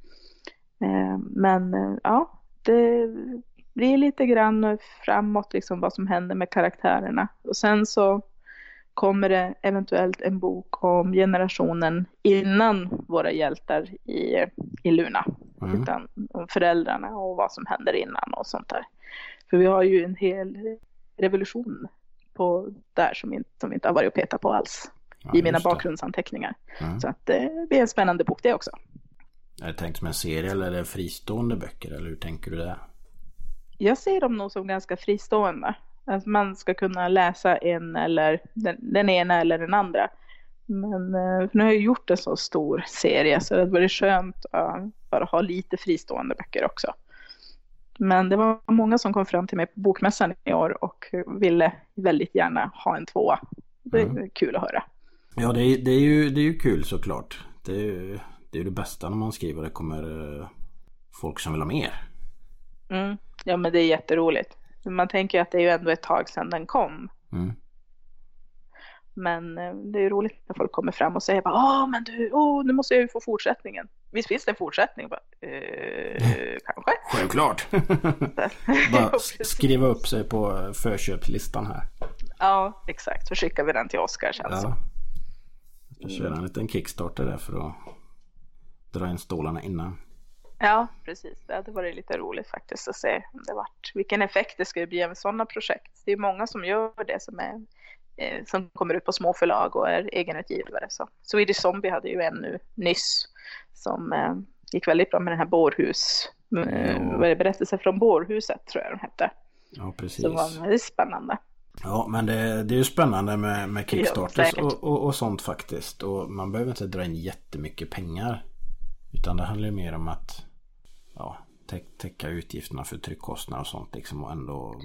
Speaker 2: Eh, men eh, ja, det blir lite grann framåt liksom vad som händer med karaktärerna. Och sen så kommer det eventuellt en bok om generationen innan våra hjältar i, i Luna. Mm. Utan om föräldrarna och vad som händer innan och sånt där. För vi har ju en hel revolution på där som inte, som inte har varit att peta på alls. Ja, i mina bakgrundsanteckningar. Mm. Så att det blir en spännande bok det också.
Speaker 1: Är det tänkt som en serie eller är det fristående böcker, eller hur tänker du det?
Speaker 2: Jag ser dem nog som ganska fristående. Att man ska kunna läsa en eller den, den ena eller den andra. Men nu har jag gjort en så stor serie, så det var skönt att bara ha lite fristående böcker också. Men det var många som kom fram till mig på bokmässan i år och ville väldigt gärna ha en tvåa. Det är mm. kul att höra.
Speaker 1: Ja, det är, det är, ju, det är ju kul såklart. Det är ju det, är det bästa när man skriver. Det kommer eh, folk som vill ha mer.
Speaker 2: Mm. Ja, men det är jätteroligt. Man tänker att det är ju ändå ett tag sedan den kom. Mm. Men det är ju roligt när folk kommer fram och säger bara, åh, men du, åh, nu måste jag ju få fortsättningen. Visst finns det en fortsättning? Bara, eh, kanske.
Speaker 1: Självklart. Bara skriva upp sig på förköpslistan här.
Speaker 2: Ja, exakt. Så skickar vi den till Oscar sen ja. så.
Speaker 1: Jag kör en liten Kickstarter där för att dra in stålarna innan.
Speaker 2: Ja, precis. Det hade varit lite roligt faktiskt att se om det vart, vilken effekt det skulle bli av sådana projekt. Det är många som gör det som är eh, som kommer ut på små förlag och är egenutgivare. Så Swedish Zombie hade ju en nu nyss som eh, gick väldigt bra med den här Bårhus. Eh, var det berättelse från Bårhuset tror jag den hette.
Speaker 1: Ja, precis.
Speaker 2: Så det var väldigt spännande.
Speaker 1: Ja, men det, det är ju spännande med, med Kickstarters ja, och, och, och sånt faktiskt. Och man behöver inte dra in jättemycket pengar. Utan det handlar ju mer om att ja, tä- täcka utgifterna för tryckkostnader och sånt liksom, och ändå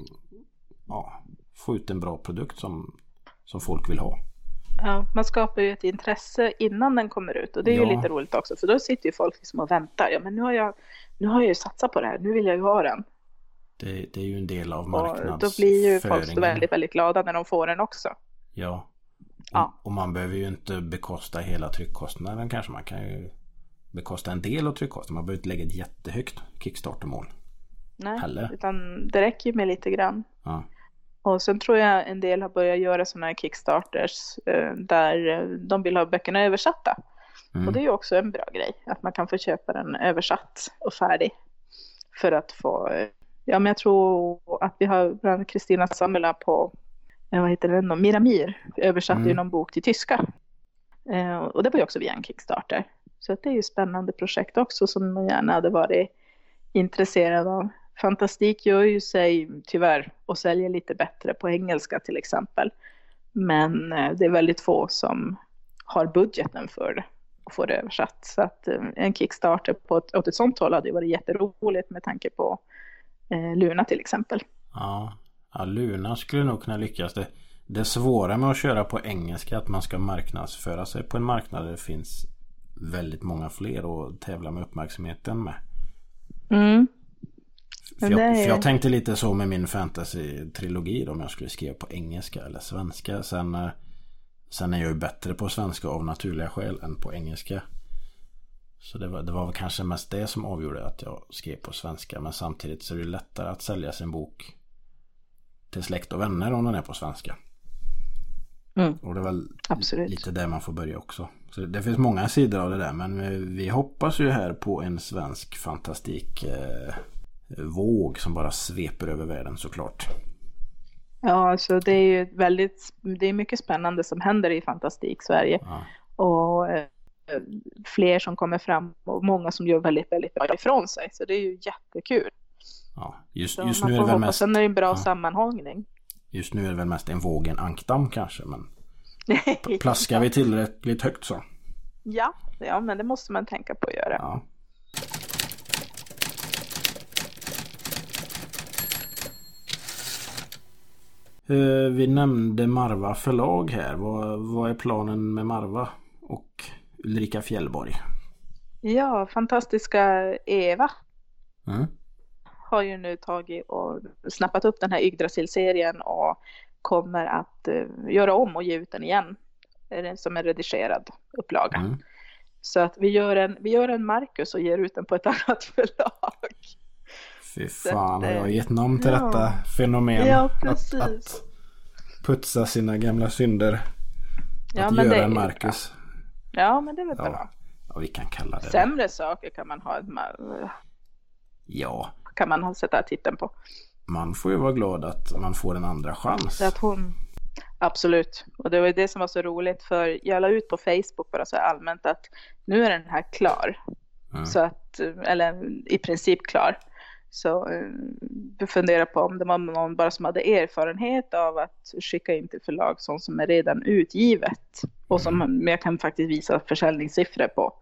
Speaker 1: ja, få ut en bra produkt som, som folk vill ha.
Speaker 2: Ja, man skapar ju ett intresse innan den kommer ut, och det är ja. ju lite roligt också, för då sitter ju folk liksom och väntar. Ja, men nu har jag, nu har jag ju satsat på det här, nu vill jag ju ha den.
Speaker 1: Det, det är ju en del av marknadsföringen.
Speaker 2: Och då blir ju folk så väldigt, väldigt glada när de får den också.
Speaker 1: Ja. ja. Och, och man behöver ju inte bekosta hela tryckkostnaden kanske, man kan ju bekosta en del av tryckkostnaden. Man behöver inte lägga ett jättehögt Kickstarter-mål.
Speaker 2: Nej,
Speaker 1: heller.
Speaker 2: Utan det räcker ju med lite grann.
Speaker 1: Ja.
Speaker 2: Och sen tror jag en del har börjat göra sådana här Kickstarters eh, där de vill ha böckerna översatta. Mm. Och det är ju också en bra grej. Att man kan få köpa den översatt och färdig. För att få... Ja, men jag tror att vi har bland Kristina Samela på... Vad heter det? Miramir. Översatte mm. ju någon bok till tyska. Eh, och det var ju också via en Kickstarter. Så det är ju spännande projekt också som man gärna hade varit intresserad av. Fantastik gör ju sig tyvärr och säljer lite bättre på engelska till exempel. Men det är väldigt få som har budgeten för det och får det översatt. Så att en Kickstarter på ett, åt ett sånt håll hade ju varit jätteroligt med tanke på eh, Luna till exempel.
Speaker 1: Ja, ja, Luna skulle nog kunna lyckas. Det, Det svåra med att köra på engelska är att man ska marknadsföra sig på en marknad där det finns väldigt många fler att tävla med uppmärksamheten med.
Speaker 2: Mm.
Speaker 1: För jag, är... för jag tänkte lite så med min fantasy-trilogi då, om jag skulle skriva på engelska eller svenska. Sen, sen är jag ju bättre på svenska av naturliga skäl än på engelska. Så det var, det var väl kanske mest det som avgjorde att jag skrev på svenska. Men samtidigt så är det lättare att sälja sin bok till släkt och vänner om den är på svenska.
Speaker 2: Mm.
Speaker 1: Och det är väl
Speaker 2: Absolut.
Speaker 1: lite där man får börja också. Så det finns många sidor av det där. Men vi, vi hoppas ju här på en svensk fantastik eh, våg som bara sveper över världen såklart.
Speaker 2: Ja, alltså det är ju väldigt, det är mycket spännande som händer i fantastik Sverige.
Speaker 1: Ja.
Speaker 2: Och eh, fler som kommer fram och många som gör väldigt, väldigt bra ifrån sig. Så det är ju jättekul.
Speaker 1: Ja, just,
Speaker 2: så
Speaker 1: just
Speaker 2: man
Speaker 1: nu
Speaker 2: får
Speaker 1: är det väl
Speaker 2: hoppas
Speaker 1: mest
Speaker 2: att det är en bra
Speaker 1: ja.
Speaker 2: sammanhållning.
Speaker 1: Just nu är det väl mest en våg, en ankdamm kanske, men plaskar vi tillräckligt högt så.
Speaker 2: Ja, ja, men det måste man tänka på att göra.
Speaker 1: Ja. Vi nämnde Marva förlag här. Vad, vad är planen med Marva och Ulrika Fjällborg?
Speaker 2: Ja, fantastiska Eva
Speaker 1: mm.
Speaker 2: har ju nu tagit och snappat upp den här Yggdrasil-serien och kommer att uh, göra om och ge ut den igen. Som en redigerad upplaga.
Speaker 1: Mm.
Speaker 2: Så att vi gör, en, vi gör en Marcus och ger ut den på ett annat förlag.
Speaker 1: Fy fan, jag har gett namn till
Speaker 2: ja.
Speaker 1: detta fenomen.
Speaker 2: Ja,
Speaker 1: att, att putsa sina gamla synder.
Speaker 2: Ja,
Speaker 1: att
Speaker 2: men
Speaker 1: göra
Speaker 2: det
Speaker 1: en Marcus.
Speaker 2: Ja, men det är väl
Speaker 1: ja.
Speaker 2: bra.
Speaker 1: Ja, vi kan kalla det.
Speaker 2: Sämre saker kan man ha ett
Speaker 1: Ja.
Speaker 2: Kan man ha sätta titeln på.
Speaker 1: Man får ju vara glad att man får en andra chans.
Speaker 2: Så att hon... Absolut. Och det var det som var så roligt, för jag la ut på Facebook bara så allmänt att nu är den här klar. Mm. Så att, eller i princip klar. Så vi funderar på om det var någon bara som hade erfarenhet av att skicka in till förlag sånt som är redan utgivet. Och som mm. jag kan faktiskt visa försäljningssiffror på.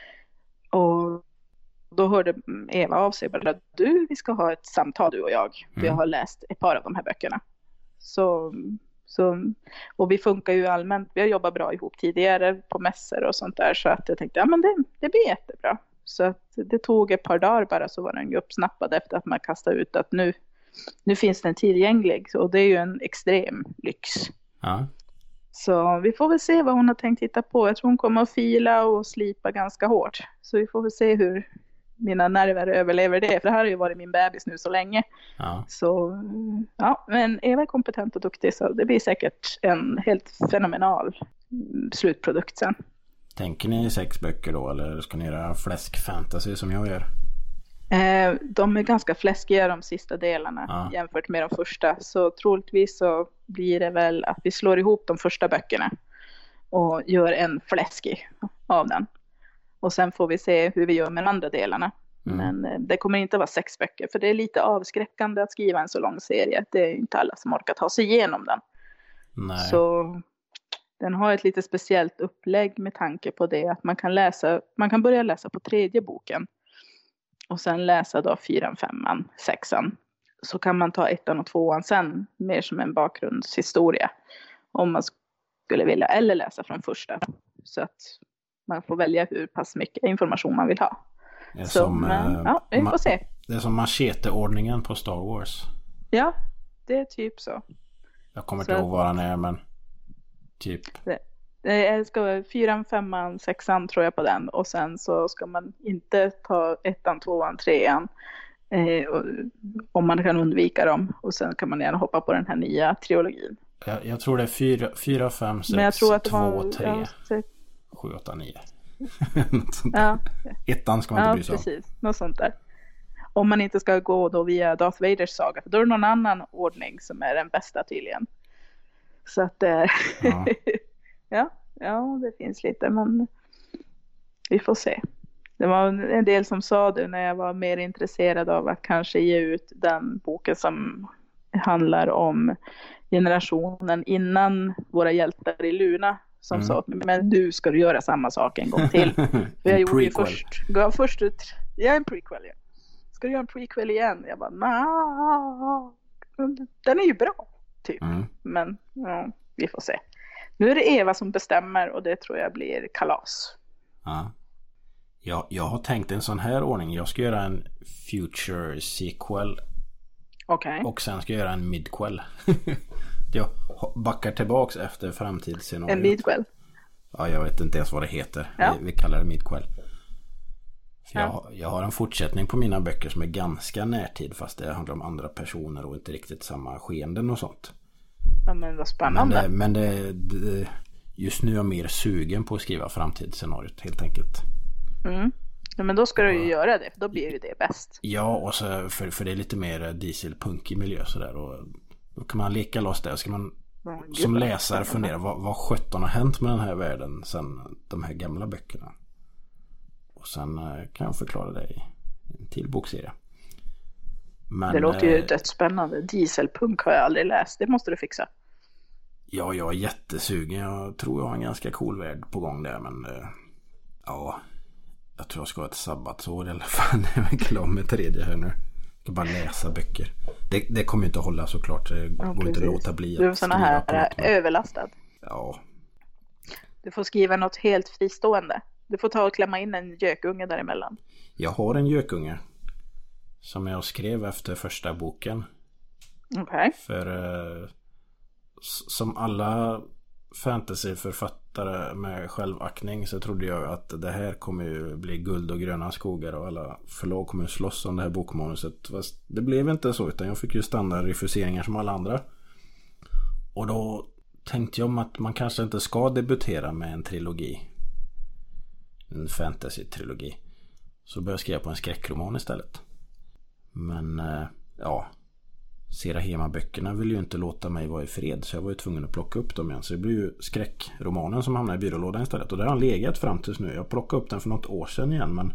Speaker 2: Och då hörde Eva av sig bara, du, vi ska ha ett samtal du och jag. Mm. Vi har läst ett par av de här böckerna. Så... Så, och vi funkar ju allmänt, vi har jobbat bra ihop tidigare på mässor och sånt där, så att jag tänkte, ja men det, det blir jättebra. Så att det tog ett par dagar bara, så var den ju uppsnappad efter att man kastade ut att nu, nu finns den tillgänglig, och det är ju en extrem lyx.
Speaker 1: Ja.
Speaker 2: Så vi får väl se vad hon har tänkt hitta på. Jag tror hon kommer att fila och slipa ganska hårt, så vi får väl se hur mina nerver överlever det, för det här har ju varit min bebis nu så länge.
Speaker 1: Ja.
Speaker 2: Så ja, men Eva är kompetent och duktig, så det blir säkert en helt fenomenal slutprodukt sen.
Speaker 1: Tänker ni sex böcker då, eller ska ni göra fläskfantasy som jag gör?
Speaker 2: Eh, de är ganska fläskiga de sista delarna ja. jämfört med de första, så troligtvis så blir det väl att vi slår ihop de första böckerna och gör en fläskig av den. Och sen får vi se hur vi gör med de andra delarna. Mm. Men det kommer inte vara sex böcker. För det är lite avskräckande att skriva en så lång serie. Det är inte alla som orkar ta sig igenom den.
Speaker 1: Nej.
Speaker 2: Så den har ett lite speciellt upplägg med tanke på det. Att man kan läsa, man kan börja läsa på tredje boken. Och sen läsa då fyran, femman, sexan. Så kan man ta ettan och tvåan sen. Mer som en bakgrundshistoria. Om man skulle vilja. Eller läsa från första. Så att man får välja hur pass mycket information man vill ha.
Speaker 1: Det är
Speaker 2: så,
Speaker 1: som,
Speaker 2: men, ja, vi får se.
Speaker 1: Det är som macheteordningen på Star Wars.
Speaker 2: Ja, det är typ så.
Speaker 1: Jag kommer inte ihåg vad han är, men typ.
Speaker 2: Det, det ska fyran, femman, sexan tror jag på den. Och sen så ska man inte ta ettan, tvåan, trean. Eh, och, om man kan undvika dem. Och sen kan man gärna hoppa på den här nya trilogin.
Speaker 1: Jag, jag tror det är fyra, fyra fem, sex,
Speaker 2: men jag tror att det
Speaker 1: två,
Speaker 2: var,
Speaker 1: tre,
Speaker 2: ja,
Speaker 1: sju, åtta, nio.
Speaker 2: Ja.
Speaker 1: Ettan ska man inte
Speaker 2: ja,
Speaker 1: bry sig om.
Speaker 2: precis. Något sånt där. Om man inte ska gå då via Darth Vaders saga. För då är det någon annan ordning som är den bästa tydligen. Så att eh,
Speaker 1: ja.
Speaker 2: ja, ja, det finns lite. Men vi får se. Det var en del som sa det när jag var mer intresserad av att kanske ge ut den boken som handlar om generationen innan våra hjältar i Luna. Som mm. sa, men du ska du göra samma sak en gång till. För jag gjorde ju först, gav först ut, ja, en prequel, ja. Ska du göra en prequel igen? Jag bara, nah, den är ju bra. typ.
Speaker 1: Mm.
Speaker 2: Men ja, vi får se. Nu är det Eva som bestämmer och det tror jag blir kalas.
Speaker 1: Ja. Jag, jag har tänkt en sån här ordning. Jag ska göra en future sequel.
Speaker 2: Okej.
Speaker 1: Och sen ska jag göra en midquel. Jag backar tillbaks efter framtidsscenariot.
Speaker 2: En midquel?
Speaker 1: Ja, jag vet inte ens vad det heter.
Speaker 2: Ja.
Speaker 1: Vi, vi kallar det midquel. För
Speaker 2: Ja.
Speaker 1: jag, jag har en fortsättning på mina böcker som är ganska närtid. Fast det handlar om andra personer och inte riktigt samma skeenden och sånt.
Speaker 2: Ja, men vad spännande.
Speaker 1: Men, det, men det, det, just nu är jag mer sugen på att skriva framtidsscenariot helt enkelt.
Speaker 2: Mm. Ja, men då ska du ju göra det, för då blir ju det bäst.
Speaker 1: Ja, och så, för, för det är lite mer dieselpunk i miljö sådär. Och då kan man leka loss där. Ska man
Speaker 2: Oh, Gud,
Speaker 1: som
Speaker 2: vad
Speaker 1: läsare fundera, vad, vad sjutton har hänt med den här världen sen de här gamla böckerna? Och sen eh, kan jag förklara det i en till bokserie. Men,
Speaker 2: det låter ju
Speaker 1: eh,
Speaker 2: dödsspännande. Dieselpunk har jag aldrig läst. Det måste du fixa.
Speaker 1: Ja, jag är jättesugen. Jag tror jag har en ganska cool värld på gång där. Men eh, ja, jag tror jag ska ha ett sabbatsår i alla fall. Jag är klar med tredje här nu. Jag ska bara läsa böcker. Det, det kommer inte att hålla såklart. Det
Speaker 2: Ja,
Speaker 1: går inte att låta bli att
Speaker 2: du är såna här
Speaker 1: på något, men...
Speaker 2: överlastad.
Speaker 1: Ja.
Speaker 2: Du får skriva något helt fristående. Du får ta och klämma in en gökunge däremellan.
Speaker 1: Jag har en gökunge som jag skrev efter första boken.
Speaker 2: Okej. Okay.
Speaker 1: För eh, som alla fantasyförfattare med självaktning så trodde jag att det här kommer ju bli guld och gröna skogar och alla förlag kommer slåss om det här bokmanuset. Fast det blev inte så, utan jag fick ju standardrefuseringar som alla andra. Och då tänkte jag om att man kanske inte ska debutera med en trilogi. En fantasy-trilogi. Så började jag skriva på en skräckroman istället. Men eh, ja, Serahema-böckerna vill ju inte låta mig vara i fred, så jag var ju tvungen att plocka upp dem igen. Så det blir ju skräckromanen som hamnar i byrålådan istället. Och där har han legat fram tills nu. Jag plockade upp den för något år sedan igen, men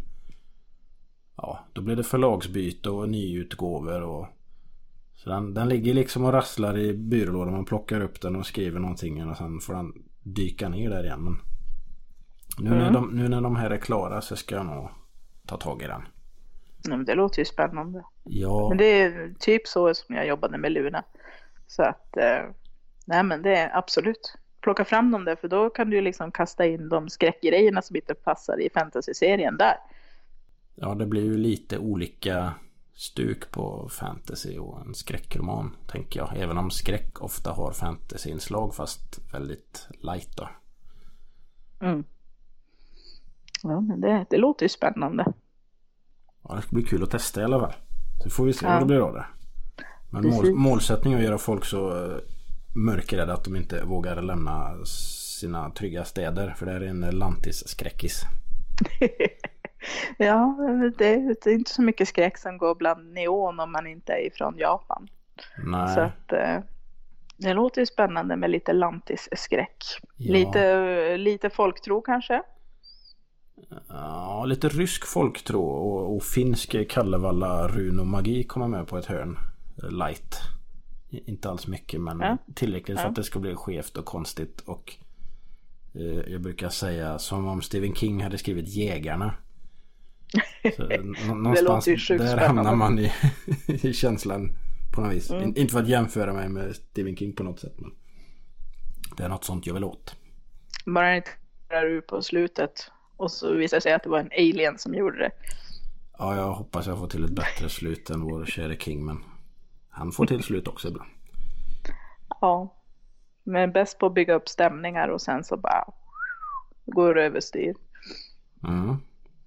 Speaker 1: ja, då blev det förlagsbyte och nyutgåvor och så den, den ligger liksom och rasslar i byrålådan. Man plockar upp den och skriver någonting och sen får den dyka ner där igen. Men nu, mm. när de, nu när de här är klara så ska jag nog ta tag i den.
Speaker 2: Ja, men det låter ju spännande.
Speaker 1: Ja.
Speaker 2: Men det är typ så som jag jobbade med Luna. Så att, eh, nej men det är absolut. Plocka fram dem där, för då kan du ju liksom kasta in de skräckgrejerna som inte passar i fantasy-serien där.
Speaker 1: Ja, det blir ju lite olika stuk på fantasy och en skräckroman, tänker jag. Även om skräck ofta har fantasy-inslag, fast väldigt light då.
Speaker 2: Mm. Ja, men det, det låter ju spännande.
Speaker 1: Ja, det ska bli kul att testa i alla fall. Så får vi se
Speaker 2: ja.
Speaker 1: vad det blir av det. Men mål, målsättningen är att göra folk så uh, mörkrädda att de inte vågar lämna sina trygga städer. För det är en lantis-skräckis.
Speaker 2: Ja, det, det är inte så mycket skräck som går bland neon om man inte är från Japan.
Speaker 1: Nej.
Speaker 2: Så att uh, det låter ju spännande med lite lantis-skräck.
Speaker 1: Ja.
Speaker 2: Lite, lite folktro kanske?
Speaker 1: Ja, lite rysk folktro och, och finsk Kalevala run och magi kommer med på ett hörn. Light. Inte alls mycket, men ja. tillräckligt för ja. att det ska bli skevt och konstigt. Och eh, jag brukar säga som om Stephen King hade skrivit Jägarna. Så, n- någonstans där hamnar man i, i känslan på något vis. Mm. Inte för att jämföra mig med Stephen King på något sätt, men det är något sånt jag vill åt.
Speaker 2: Bara inte där ur på slutet. Och så visade det sig att det var en alien som gjorde det.
Speaker 1: Ja, jag hoppas jag får till ett bättre slut än vår kära King. Men han får till slut också ibland.
Speaker 2: Ja, men bäst på att bygga upp stämningar och sen så bara går det överstyr.
Speaker 1: Mm.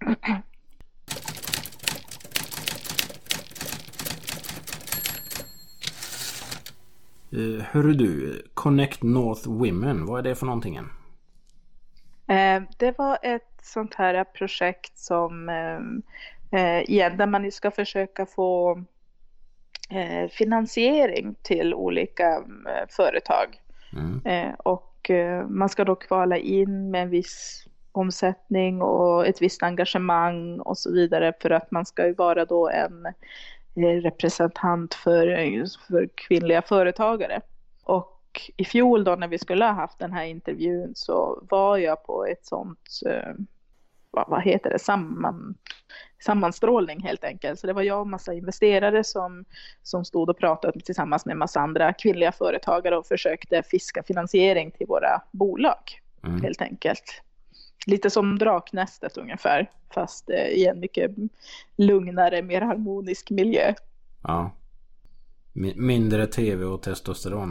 Speaker 1: uh, Hörru du, Connect North Women, vad är det för någonting?
Speaker 2: Eh, det var ett sånt här projekt som eh, igen, där man ska försöka få eh, finansiering till olika eh, företag.
Speaker 1: Mm.
Speaker 2: Eh, och eh, man ska då kvala in med en viss omsättning och ett visst engagemang och så vidare, för att man ska ju vara då en eh, representant för, för kvinnliga företagare. Och i fjol då när vi skulle ha haft den här intervjun så var jag på ett sånt eh, vad, vad heter det, samman, sammanstrålning helt enkelt. Så det var jag och massa investerare som, som stod och pratade tillsammans med massa andra kvinnliga företagare och försökte fiska finansiering till våra bolag mm. helt enkelt. Lite som Draknästet ungefär, fast eh, i en mycket lugnare, mer harmonisk miljö.
Speaker 1: Ja. M- mindre tv och testosteron.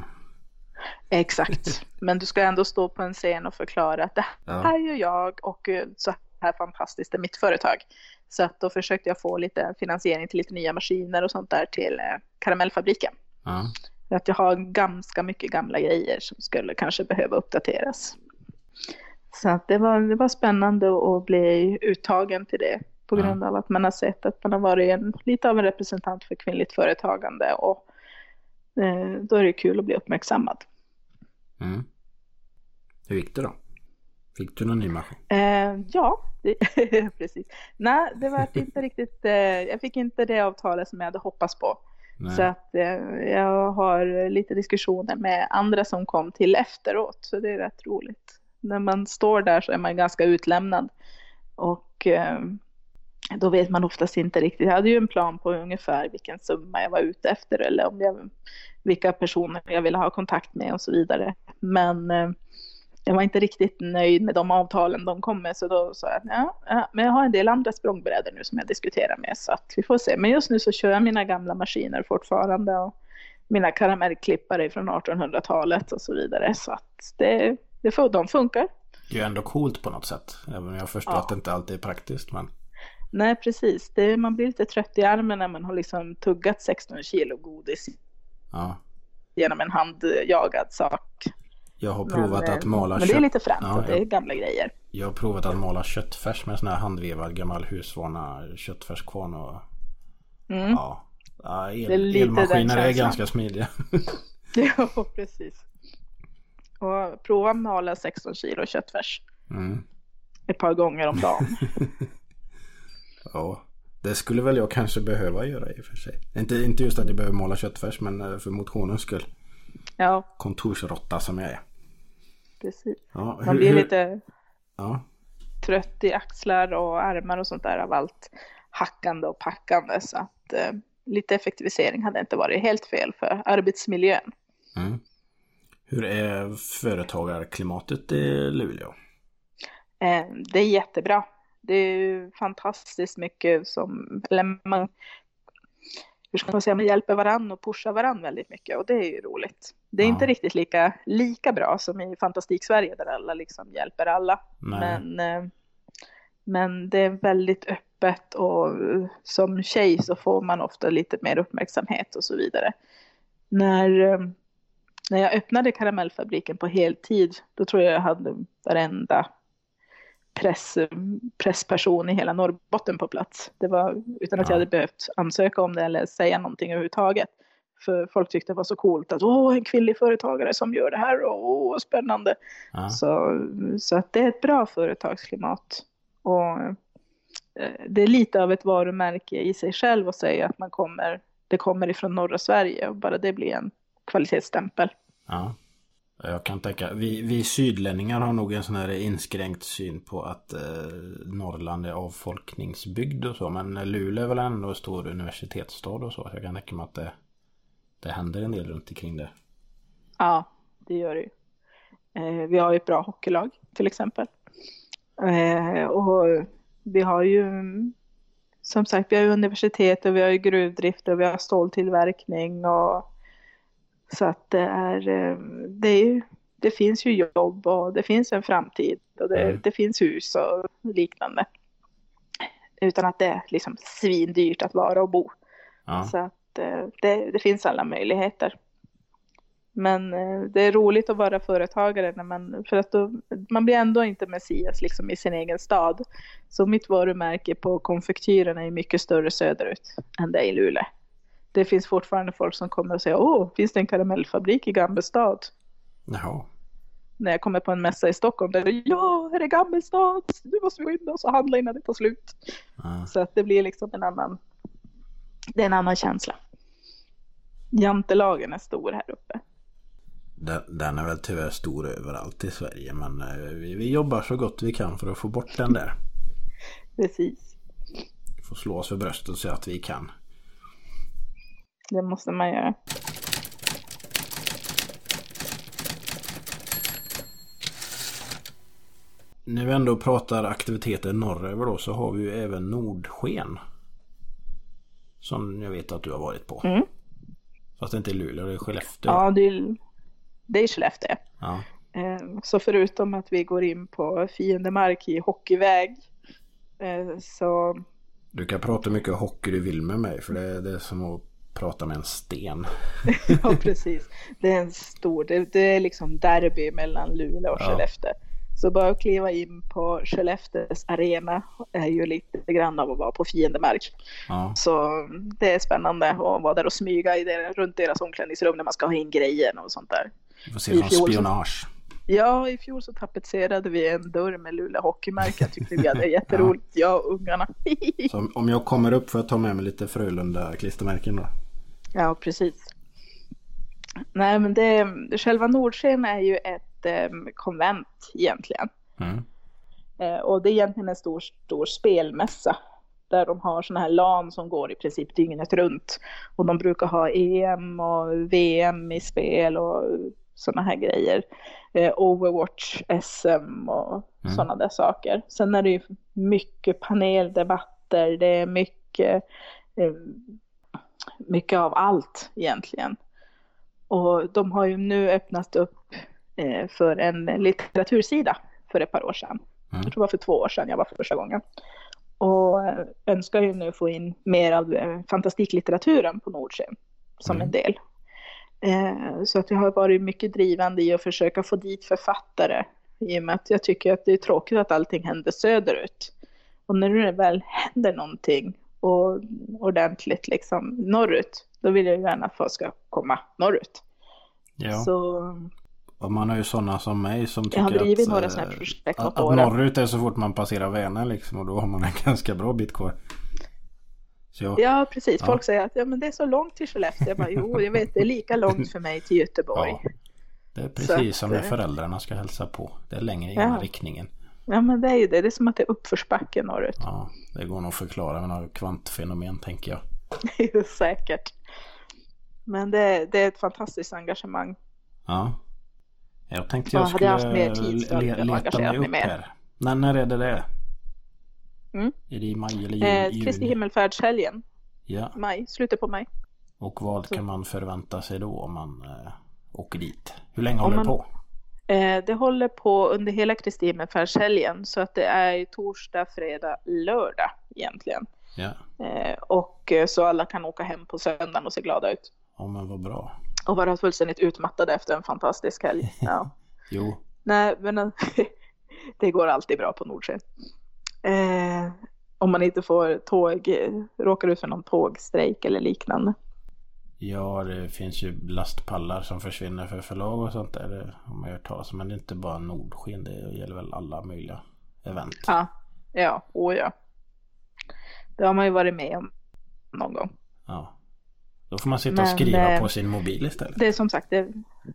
Speaker 2: Exakt, men du ska ändå stå på en scen och förklara att det här ja. är jag och så här fantastiskt är mitt företag. Så att då försökte jag få lite finansiering till lite nya maskiner och sånt där till eh, karamellfabriken. Ja. För att jag har ganska mycket gamla grejer som skulle kanske behöva uppdateras. Så att det var, det var spännande att bli uttagen till det på grund ja. av att man har sett att man har varit en, lite av en representant för kvinnligt företagande och eh, då är det kul att bli uppmärksammad.
Speaker 1: Mm. Hur gick det då? Fick du någon ny maskin?
Speaker 2: Eh, ja, det, precis. Nej, det var inte riktigt, eh, jag fick inte det avtalet som jag hade hoppats på. Nej. Så att eh, jag har lite diskussioner med andra som kom till efteråt, så det är rätt roligt. När man står där så är man ganska utlämnad och eh, då vet man oftast inte riktigt. Jag hade ju en plan på ungefär vilken summa jag var ute efter eller om jag, vilka personer jag ville ha kontakt med och så vidare. Men eh, jag var inte riktigt nöjd med de avtalen de kom med, så då sa jag ja, ja, men jag har en del andra språngbrädor nu som jag diskuterar med, så att vi får se. Men just nu så kör jag mina gamla maskiner fortfarande och mina karamellklippare från artonhundratalet och så vidare, så att det, det får, de funkar.
Speaker 1: Det är ju ändå coolt på något sätt, även om jag förstår ja. att det inte alltid är praktiskt. Men...
Speaker 2: Nej, precis. Det, man blir lite trött i armen när man har liksom tuggat sexton kilo godis ja. genom en handjagad sak.
Speaker 1: Jag har provat men, att mala
Speaker 2: men kött. Men det är lite främt ja, och det är gamla grejer.
Speaker 1: Jag har provat att mala köttfärs med sån här handvevad gammal husvana köttfärskvarn och mm. ja, ja el, elmaskiner är ganska smidiga.
Speaker 2: Ja, precis. Och prova att mala sexton kilo köttfärs. Mm. Ett par gånger om dagen.
Speaker 1: Ja, det skulle väl jag kanske behöva göra i och för sig. Inte, inte just att jag behöver mala köttfärs, men för motionens skull.
Speaker 2: Ja.
Speaker 1: Kontorsrotta som jag är.
Speaker 2: Precis.
Speaker 1: Ja, hur,
Speaker 2: man blir
Speaker 1: hur...
Speaker 2: lite
Speaker 1: ja.
Speaker 2: trött i axlar och armar och sånt där av allt hackande och packande. Så att eh, lite effektivisering hade inte varit helt fel för arbetsmiljön.
Speaker 1: Mm. Hur är företagarklimatet i Luleå?
Speaker 2: Eh, det är jättebra. Det är ju fantastiskt mycket som, eller man, hur ska man säga, man hjälper varann och pushar varann väldigt mycket och det är ju roligt. Det är ja. inte riktigt lika, lika bra som i Fantastik Sverige där alla liksom hjälper alla. Men, men det är väldigt öppet och som tjej så får man ofta lite mer uppmärksamhet och så vidare. När, när jag öppnade karamellfabriken på heltid, då tror jag jag hade varenda Press, pressperson i hela Norrbotten på plats. Det var utan att ja. jag hade behövt ansöka om det eller säga någonting överhuvudtaget. För folk tyckte det var så coolt att åh, en kvinnlig företagare som gör det här, åh, spännande. Ja. Så, så att det är ett bra företagsklimat. Och eh, det är lite av ett varumärke i sig själv att säga att man kommer, det kommer ifrån norra Sverige och bara det blir en kvalitetsstämpel.
Speaker 1: Ja. Jag kan tänka, vi, vi sydlänningar har nog en sån här inskränkt syn på att eh, Norrland är avfolkningsbygd och så, men Luleå är väl ändå en stor universitetsstad och så, så jag kan tänka mig att det, det händer en del runt omkring det.
Speaker 2: Ja, det gör det ju. Eh, vi har ju ett bra hockeylag till exempel. Eh, och vi har ju, som sagt, vi har ju universitet och vi har ju gruvdrift och vi har ståltillverkning och så att det är, det är ju, det finns ju jobb och det finns en framtid och det, mm. det finns hus och liknande. Utan att det är liksom svindyrt att vara och bo. Ja. Så att det, det finns alla möjligheter. Men det är roligt att vara företagare när man, för att då, man blir ändå inte messias liksom i sin egen stad. Så mitt varumärke på konfektyrerna är mycket större söderut än det i Luleå. Det finns fortfarande folk som kommer och säger åh, finns det en karamellfabrik i Gammelstad?
Speaker 1: Jaha.
Speaker 2: När jag kommer på en mässa i Stockholm där det ja, här är Gammelstad, nu måste vi gå in och så handla innan det tar slut. Ah. Så att det blir liksom en annan, det är en annan känsla. Jantelagen är stor här uppe.
Speaker 1: Den, den är väl tyvärr stor överallt i Sverige, men vi, vi jobbar så gott vi kan för att få bort den där.
Speaker 2: Precis.
Speaker 1: Vi får slå oss för bröstet och säga att vi kan.
Speaker 2: Det måste man göra.
Speaker 1: När vi ändå pratar aktiviteter norröver då, så har vi ju även Nordsken. Som jag vet att du har varit på.
Speaker 2: Mm.
Speaker 1: Fast det inte är Luleå, det är Skellefteå.
Speaker 2: Ja, det är, det är Skellefteå.
Speaker 1: Ja.
Speaker 2: Så förutom att vi går in på fiendemark i hockeyväg, så...
Speaker 1: Du kan prata mycket hockey du vill med mig, för det är, det är som att prata med en sten.
Speaker 2: Ja, precis. Det är en stor, det, det är liksom derby mellan Luleå och ja. Skellefteå. Så bara att kliva in på Skellefteås arena är ju lite grann av att vara på fiendemark. Ja. Så det är spännande att vara där och smyga i det, runt deras omklädningsrum när man ska ha in grejer och sånt där.
Speaker 1: Du får se någon spionage.
Speaker 2: Så, ja, i fjol så tapetserade vi en dörr med Luleå hockeymärke. Jag tyckte vi hade jätteroligt, ja. Jag och ungarna.
Speaker 1: Så om jag kommer upp får jag ta med mig lite Frölunda klistermärken då?
Speaker 2: Ja, precis. Nej, men det, själva Nordsken är ju ett eh, konvent egentligen. Mm. Eh, och det är egentligen en stor, stor spelmässa. Där de har såna här LAN som går i princip dygnet runt. Och de brukar ha E M och V M i spel och såna här grejer. Eh, Overwatch, S M och mm. sådana där saker. Sen är det ju mycket paneldebatter. Det är mycket, eh, mycket av allt egentligen. Och de har ju nu öppnat upp eh, för en litteratursida för ett par år sedan. Mm. Jag tror det var för två år sedan jag var för första gången. Och eh, önskar ju nu få in mer av eh, fantastiklitteraturen på Nordsken som mm. en del. Eh, så att jag har varit mycket drivande i att försöka få dit författare. I och med att jag tycker att det är tråkigt att allting händer söderut. Och när det väl händer någonting och ordentligt liksom norrut, då vill jag gärna att folk ska komma norrut.
Speaker 1: Ja.
Speaker 2: Så...
Speaker 1: Och man har ju sådana som mig som tycker
Speaker 2: jag har drivit
Speaker 1: att,
Speaker 2: några sådana här projekt
Speaker 1: att, att norrut är så fort man passerar Vänern liksom, och då har man en ganska bra bit kvar. Så,
Speaker 2: ja, precis.
Speaker 1: Ja.
Speaker 2: Folk säger att ja, men det är så långt till Skellefteå. Jag bara, jo, jag vet, det är lika långt för mig till Göteborg.
Speaker 1: Ja. Det är precis
Speaker 2: så
Speaker 1: som när föräldrarna ska hälsa på. Det är längre i
Speaker 2: ja.
Speaker 1: ena riktningen.
Speaker 2: Ja, men det är ju det. Det är som att det är uppförsbacke norrut.
Speaker 1: Ja, det går nog att förklara med några kvantfenomen, tänker jag.
Speaker 2: Säkert. Men det, det är ett fantastiskt engagemang.
Speaker 1: Ja. Jag tänkte jag, jag skulle
Speaker 2: haft mer tid, så
Speaker 1: le- leta mig upp mer. här. När, när är det det?
Speaker 2: Mm.
Speaker 1: Är det i maj eller juni?
Speaker 2: Eh, Kristi himmelfärdshelgen.
Speaker 1: Ja.
Speaker 2: Maj, slutet på maj.
Speaker 1: Och vad så. Kan man förvänta sig då om man eh, åker dit? Hur länge håller det på?
Speaker 2: Eh, det håller på under hela Kristi himmelfärdshelgen. Så att det är torsdag, fredag, lördag egentligen.
Speaker 1: Ja.
Speaker 2: Eh, och så alla kan åka hem på söndagen och se glada ut.
Speaker 1: Ja, men vad bra.
Speaker 2: Och vara fullständigt utmattade efter en fantastisk helg. Ja.
Speaker 1: Jo.
Speaker 2: Nej, men det går alltid bra på Nordsken. Eh, om man inte får tåg, råkar ut för någon tågstrejk eller liknande.
Speaker 1: Ja, det finns ju lastpallar som försvinner för förlag och sånt där. Det har man hört talas om, men det är inte bara Nordsken, det gäller väl alla möjliga event.
Speaker 2: Ja, ja, åh ja. Det har man ju varit med om någon gång.
Speaker 1: Ja. Då får man sitta
Speaker 2: men,
Speaker 1: och skriva
Speaker 2: eh,
Speaker 1: på sin mobil istället.
Speaker 2: Det är som sagt det...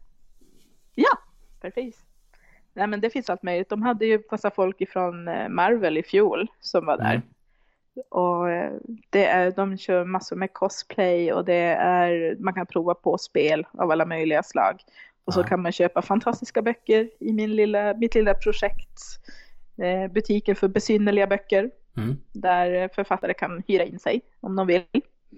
Speaker 2: Ja, precis. Nej, men det finns allt möjligt. De hade ju massa folk ifrån Marvel i fjol som var där. Mm. Och det är, de kör massor med cosplay och det är, man kan prova på spel av alla möjliga slag. Och så ja. Kan man köpa fantastiska böcker i min lilla, mitt lilla projekt. Eh, butiken för besynnerliga böcker. Mm. Där författare kan hyra in sig om de vill.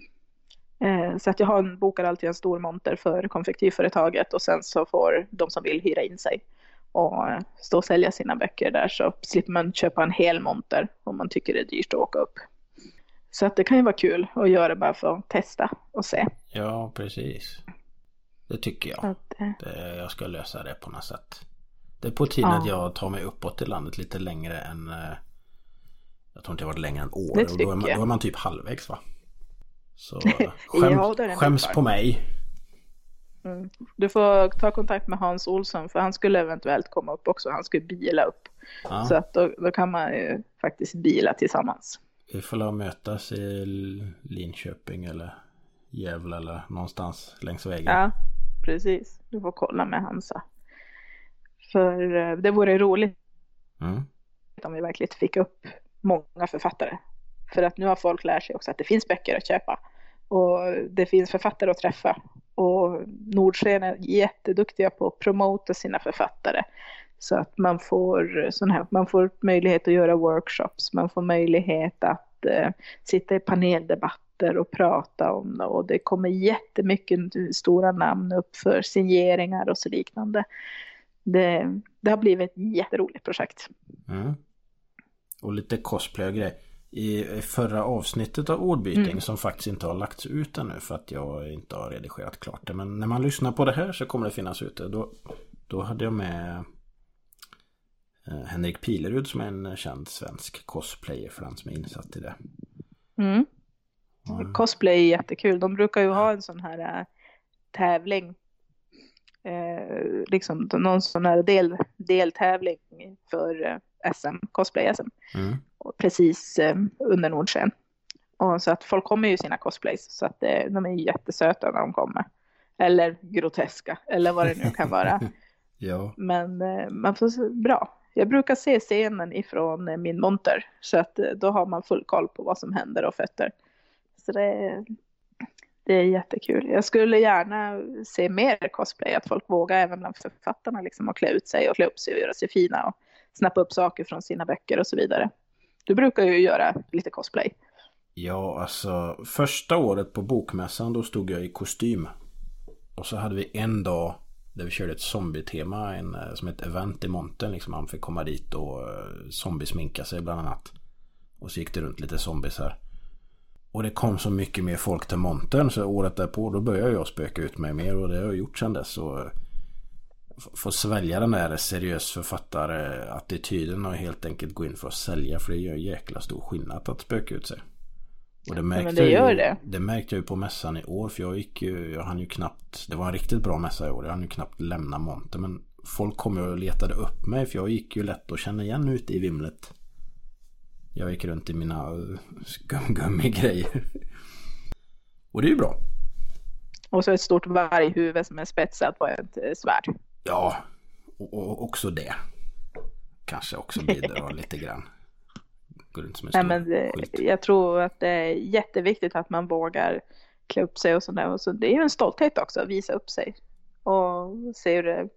Speaker 2: Eh, så att jag har en, bokar alltid en stor monter för konfektyrföretaget och sen så får de som vill hyra in sig och stå och sälja sina böcker där, så slipper man köpa en hel monter om man tycker det är dyrt att åka upp. Så att det kan ju vara kul att göra bara för att testa och se.
Speaker 1: Ja, precis. Det tycker jag.
Speaker 2: Att, eh...
Speaker 1: det, jag ska lösa det på något sätt. Det är på tiden ja. Att jag tar mig uppåt i landet lite längre än... Jag tror inte jag har varit längre än år. Och då är, man, då är man typ halvvägs, va? Så skäm, ja, skäms på mig.
Speaker 2: Mm. Du får ta kontakt med Hans Olsson, för han skulle eventuellt komma upp också. Han skulle bila upp. Ja. Så att då, då kan man ju faktiskt bila tillsammans.
Speaker 1: Vi får la mötas i Linköping eller Gävle eller någonstans längs vägen.
Speaker 2: Ja, precis. Du får kolla med Hansa. För det vore roligt mm. om vi verkligen fick upp många författare. För att nu har folk lärt sig också att det finns böcker att köpa. Och det finns författare att träffa. Och Nordsken är jätteduktiga på att promota sina författare. Så att man får, sån här, man får möjlighet att göra workshops. Man får möjlighet att eh, sitta i paneldebatter och prata om det. Och det kommer jättemycket stora namn upp för signeringar och så liknande. Det, det har blivit ett jätteroligt projekt.
Speaker 1: Mm. Och lite cosplay och grej. I förra avsnittet av Ordbyting mm. som faktiskt inte har lagts ut ännu för att jag inte har redigerat klart det. Men när man lyssnar på det här så kommer det finnas ute. Då, då hade jag med eh, Henrik Pilerud som är en känd svensk cosplayer för han som är insatt i det.
Speaker 2: Mm. Mm. Cosplay är jättekul. De brukar ju ha en sån här äh, tävling. Eh, liksom någon sån här del, deltävling för eh, S M, cosplay S M. Mm. Precis eh, under Nordsken. Och så att folk kommer ju sina cosplays. Så att eh, de är jättesöta när de kommer. Eller groteska. Eller vad det nu kan vara.
Speaker 1: Ja.
Speaker 2: Men eh, man får se bra. Jag brukar se scenen ifrån eh, min monter. Så att eh, då har man full koll på vad som händer och fötter. Så det, det är jättekul. Jag skulle gärna se mer cosplay. Att folk vågar även bland författarna liksom, att klä ut sig och klä upp sig och göra sig fina. Och snappa upp saker från sina böcker och så vidare. Du brukar ju göra lite cosplay.
Speaker 1: Ja, alltså första året på bokmässan då stod jag i kostym. Och så hade vi en dag där vi körde ett zombie-tema en, som ett event i montern. Liksom man fick komma dit och uh, zombiesminka sig bland annat. Och så gick det runt lite zombies här. Och det kom så mycket mer folk till montern så året därpå då började jag spöka ut mig mer och det har jag gjort sedan dess. Så få svälja den där seriös författare attityden och helt enkelt gå in för att sälja för det gör jäkla stor skillnad att spöka ut sig. Och det märkte,
Speaker 2: ja, det gör
Speaker 1: jag,
Speaker 2: det.
Speaker 1: det märkte jag ju på mässan i år för jag gick ju, jag hann ju knappt, det var en riktigt bra mässa i år, jag hann ju knappt lämna monter men folk kom ju och letade upp mig för jag gick ju lätt att känna igen ute i vimlet. Jag gick runt i mina skumgummi-grejer. Och det är ju bra.
Speaker 2: Och så ett stort varghuvud som är spetsat på ett svärd.
Speaker 1: Ja, och, och också det. Kanske också bidrar lite grann. Går inte som en stor
Speaker 2: Nej, men det, jag tror att det är jätteviktigt att man vågar klä upp sig och sådär. Och så det är ju en stolthet också att visa upp sig. Och se hur det,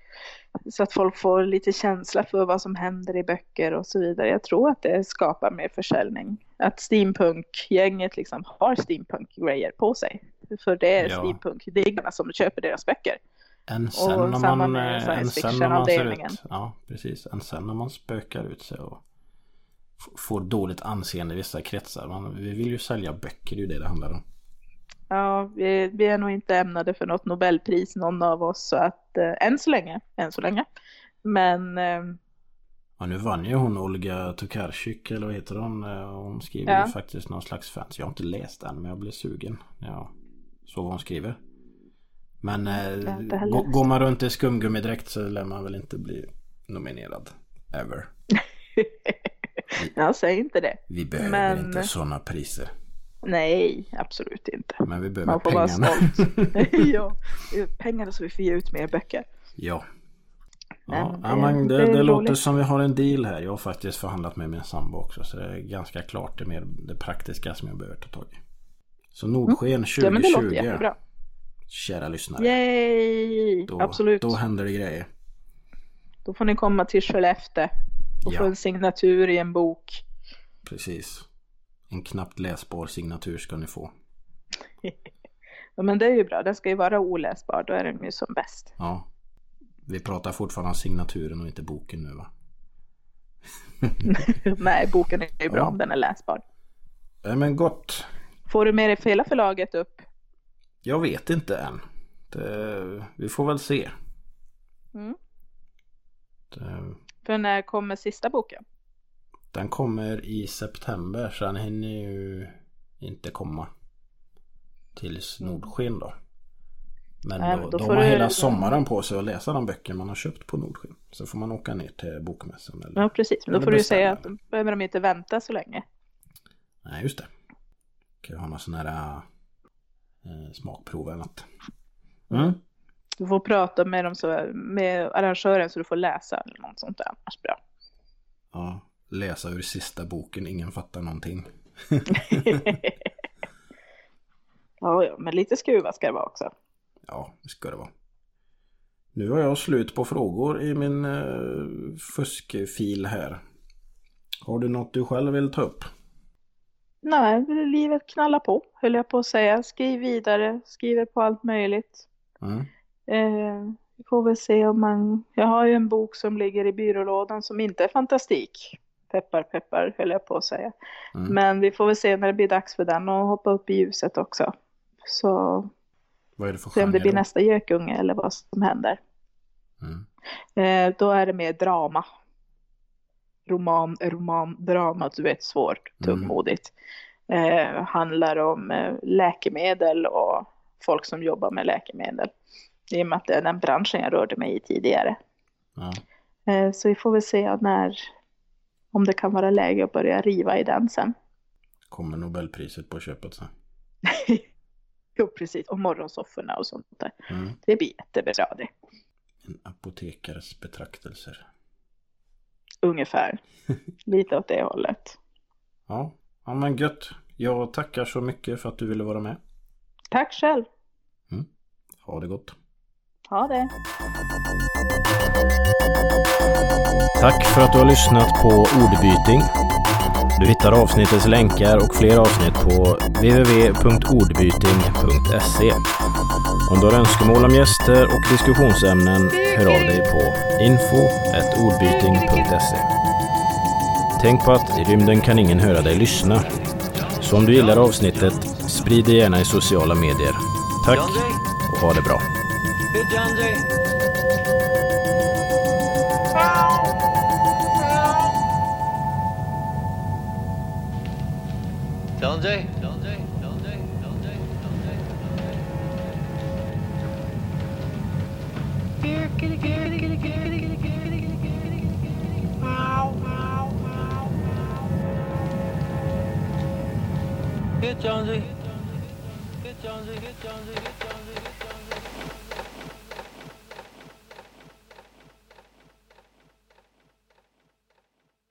Speaker 2: så att folk får lite känsla för vad som händer i böcker och så vidare. Jag tror att det skapar mer försäljning. Att steampunk-gänget liksom har steampunk-grejer på sig. För det är ja. steampunk-diggarna som köper deras böcker.
Speaker 1: En sen
Speaker 2: och
Speaker 1: när
Speaker 2: samma
Speaker 1: man,
Speaker 2: med science
Speaker 1: en sen när man ser
Speaker 2: fiction-avdelningen.
Speaker 1: ut. Ja, precis. En sen när man spökar ut sig och f- får dåligt anseende i vissa kretsar. Man, vi vill ju sälja böcker, det är ju det det handlar om.
Speaker 2: Ja, vi, vi är nog inte ämnade för något Nobelpris, någon av oss. Så att, äh, än så länge, än så länge. Men... Äh,
Speaker 1: ja, nu vann ju hon Olga Tokarczyk, eller vad heter hon? Hon skriver ja. ju faktiskt någon slags fans. Jag har inte läst den, men jag blev sugen. Ja, så vad hon skriver. Men äh, gå, går man runt i skumgummi direkt så lär man väl inte bli nominerad. Ever.
Speaker 2: Jag säger inte det.
Speaker 1: Vi behöver
Speaker 2: men...
Speaker 1: inte sådana priser.
Speaker 2: Nej, absolut inte.
Speaker 1: Men vi behöver
Speaker 2: man får
Speaker 1: pengarna.
Speaker 2: Vara stolt. Ja, pengarna så vi får ge ut mer böcker.
Speaker 1: Ja.
Speaker 2: Nej,
Speaker 1: Ja,
Speaker 2: men det,
Speaker 1: ja, men det,
Speaker 2: det,
Speaker 1: det låter
Speaker 2: roligt.
Speaker 1: som vi har en deal här. Jag har faktiskt förhandlat med min sambo också. Så det är ganska klart. Det är mer det praktiska som jag behöver ta tag i. Så Nordsken mm. tjugo tjugo.
Speaker 2: Ja, men det låter jättebra.
Speaker 1: Kära lyssnare.
Speaker 2: Yay!
Speaker 1: Då,
Speaker 2: absolut.
Speaker 1: Då händer det grejer.
Speaker 2: Då får ni komma till Skellefteå och
Speaker 1: ja.
Speaker 2: få en signatur i en bok.
Speaker 1: Precis. En knappt läsbar signatur ska ni få.
Speaker 2: Ja, men det är ju bra. Den ska ju vara oläsbar. Då är den ju som bäst.
Speaker 1: Ja. Vi pratar fortfarande om signaturen och inte boken nu, va?
Speaker 2: Nej, boken är ju bra ja. om den är läsbar.
Speaker 1: Ja, men gott.
Speaker 2: Får du med dig hela förlaget upp?
Speaker 1: Jag vet inte än. Det, vi får väl se.
Speaker 2: Mm.
Speaker 1: Det,
Speaker 2: För när kommer sista boken?
Speaker 1: Den kommer i september, så den hinner ju inte komma tills Nordsken då. Men
Speaker 2: Nej,
Speaker 1: då,
Speaker 2: men då
Speaker 1: de
Speaker 2: får
Speaker 1: har
Speaker 2: du...
Speaker 1: hela sommaren på sig att läsa de böcker man har köpt på Nordsken. Så får man åka ner till bokmässan. Eller,
Speaker 2: ja, precis. Men då får du ju säga att då behöver de inte vänta så länge.
Speaker 1: Nej, just det. Kan ju ha någon sån här äh, smakprov eller något. Mm.
Speaker 2: Du får prata med dem så, med arrangören så du får läsa eller något sånt där. Annars bra.
Speaker 1: Ja, läsa ur sista boken. Ingen fattar någonting.
Speaker 2: Ja, ja, men lite skruva ska det vara också.
Speaker 1: Ja, det ska det vara. Nu har jag slut på frågor i min uh, fuskfil här. Har du något du själv vill ta upp?
Speaker 2: Nej, livet knallar på, höll jag på att säga. Skriv vidare, skriver på allt möjligt.
Speaker 1: Mm.
Speaker 2: Eh, vi får väl se om man... Jag har ju en bok som ligger i byrålådan som inte är fantastik. Peppar, peppar, höll jag på att säga. Mm. Men vi får väl se när det blir dags för den och hoppa upp i ljuset också. Så...
Speaker 1: Vad är det för
Speaker 2: se om det blir
Speaker 1: då?
Speaker 2: nästa gökunge eller vad som händer.
Speaker 1: Mm.
Speaker 2: Eh, då är det mer drama. Roman, roman, drama, du vet, svårt, tungmodigt. Mm. Eh, handlar om eh, läkemedel och folk som jobbar med läkemedel. I och med att det är den branschen jag rörde mig i tidigare.
Speaker 1: Ja.
Speaker 2: Eh, så vi får väl se när, om det kan vara läge att börja riva i den sen.
Speaker 1: Kommer Nobelpriset på köpet sen?
Speaker 2: Jo, precis. Och morgonsofforna och sånt där.
Speaker 1: Mm.
Speaker 2: Det blir jättebra det.
Speaker 1: En apotekares betraktelser.
Speaker 2: Ungefär. Lite åt det hållet.
Speaker 1: Ja. Ja, men gött. Jag tackar så mycket för att du ville vara med.
Speaker 2: Tack själv.
Speaker 1: Mm. Ha det gott.
Speaker 2: Ha det.
Speaker 1: Tack för att du har lyssnat på Ordbyting. Du hittar avsnittets länkar och fler avsnitt på w w w punkt ordbyting punkt se. Om du har önskemål om gäster och diskussionsämnen, hör av dig på info at ordbyting punkt se. Tänk på att i rymden kan ingen höra dig lyssna. Så om du gillar avsnittet, sprid det gärna i sociala medier. Tack och ha det bra.
Speaker 3: Dante, Dante, Dante, Dante, Dante, Here, kitty, kitty, kitty, kitty, kitty, kitty, kitty, kitty, kitty. Wow, wow, wow, wow. Hit Jonesy, hit Jonesy, hit Jonesy, hit Jonesy, hit Jonesy.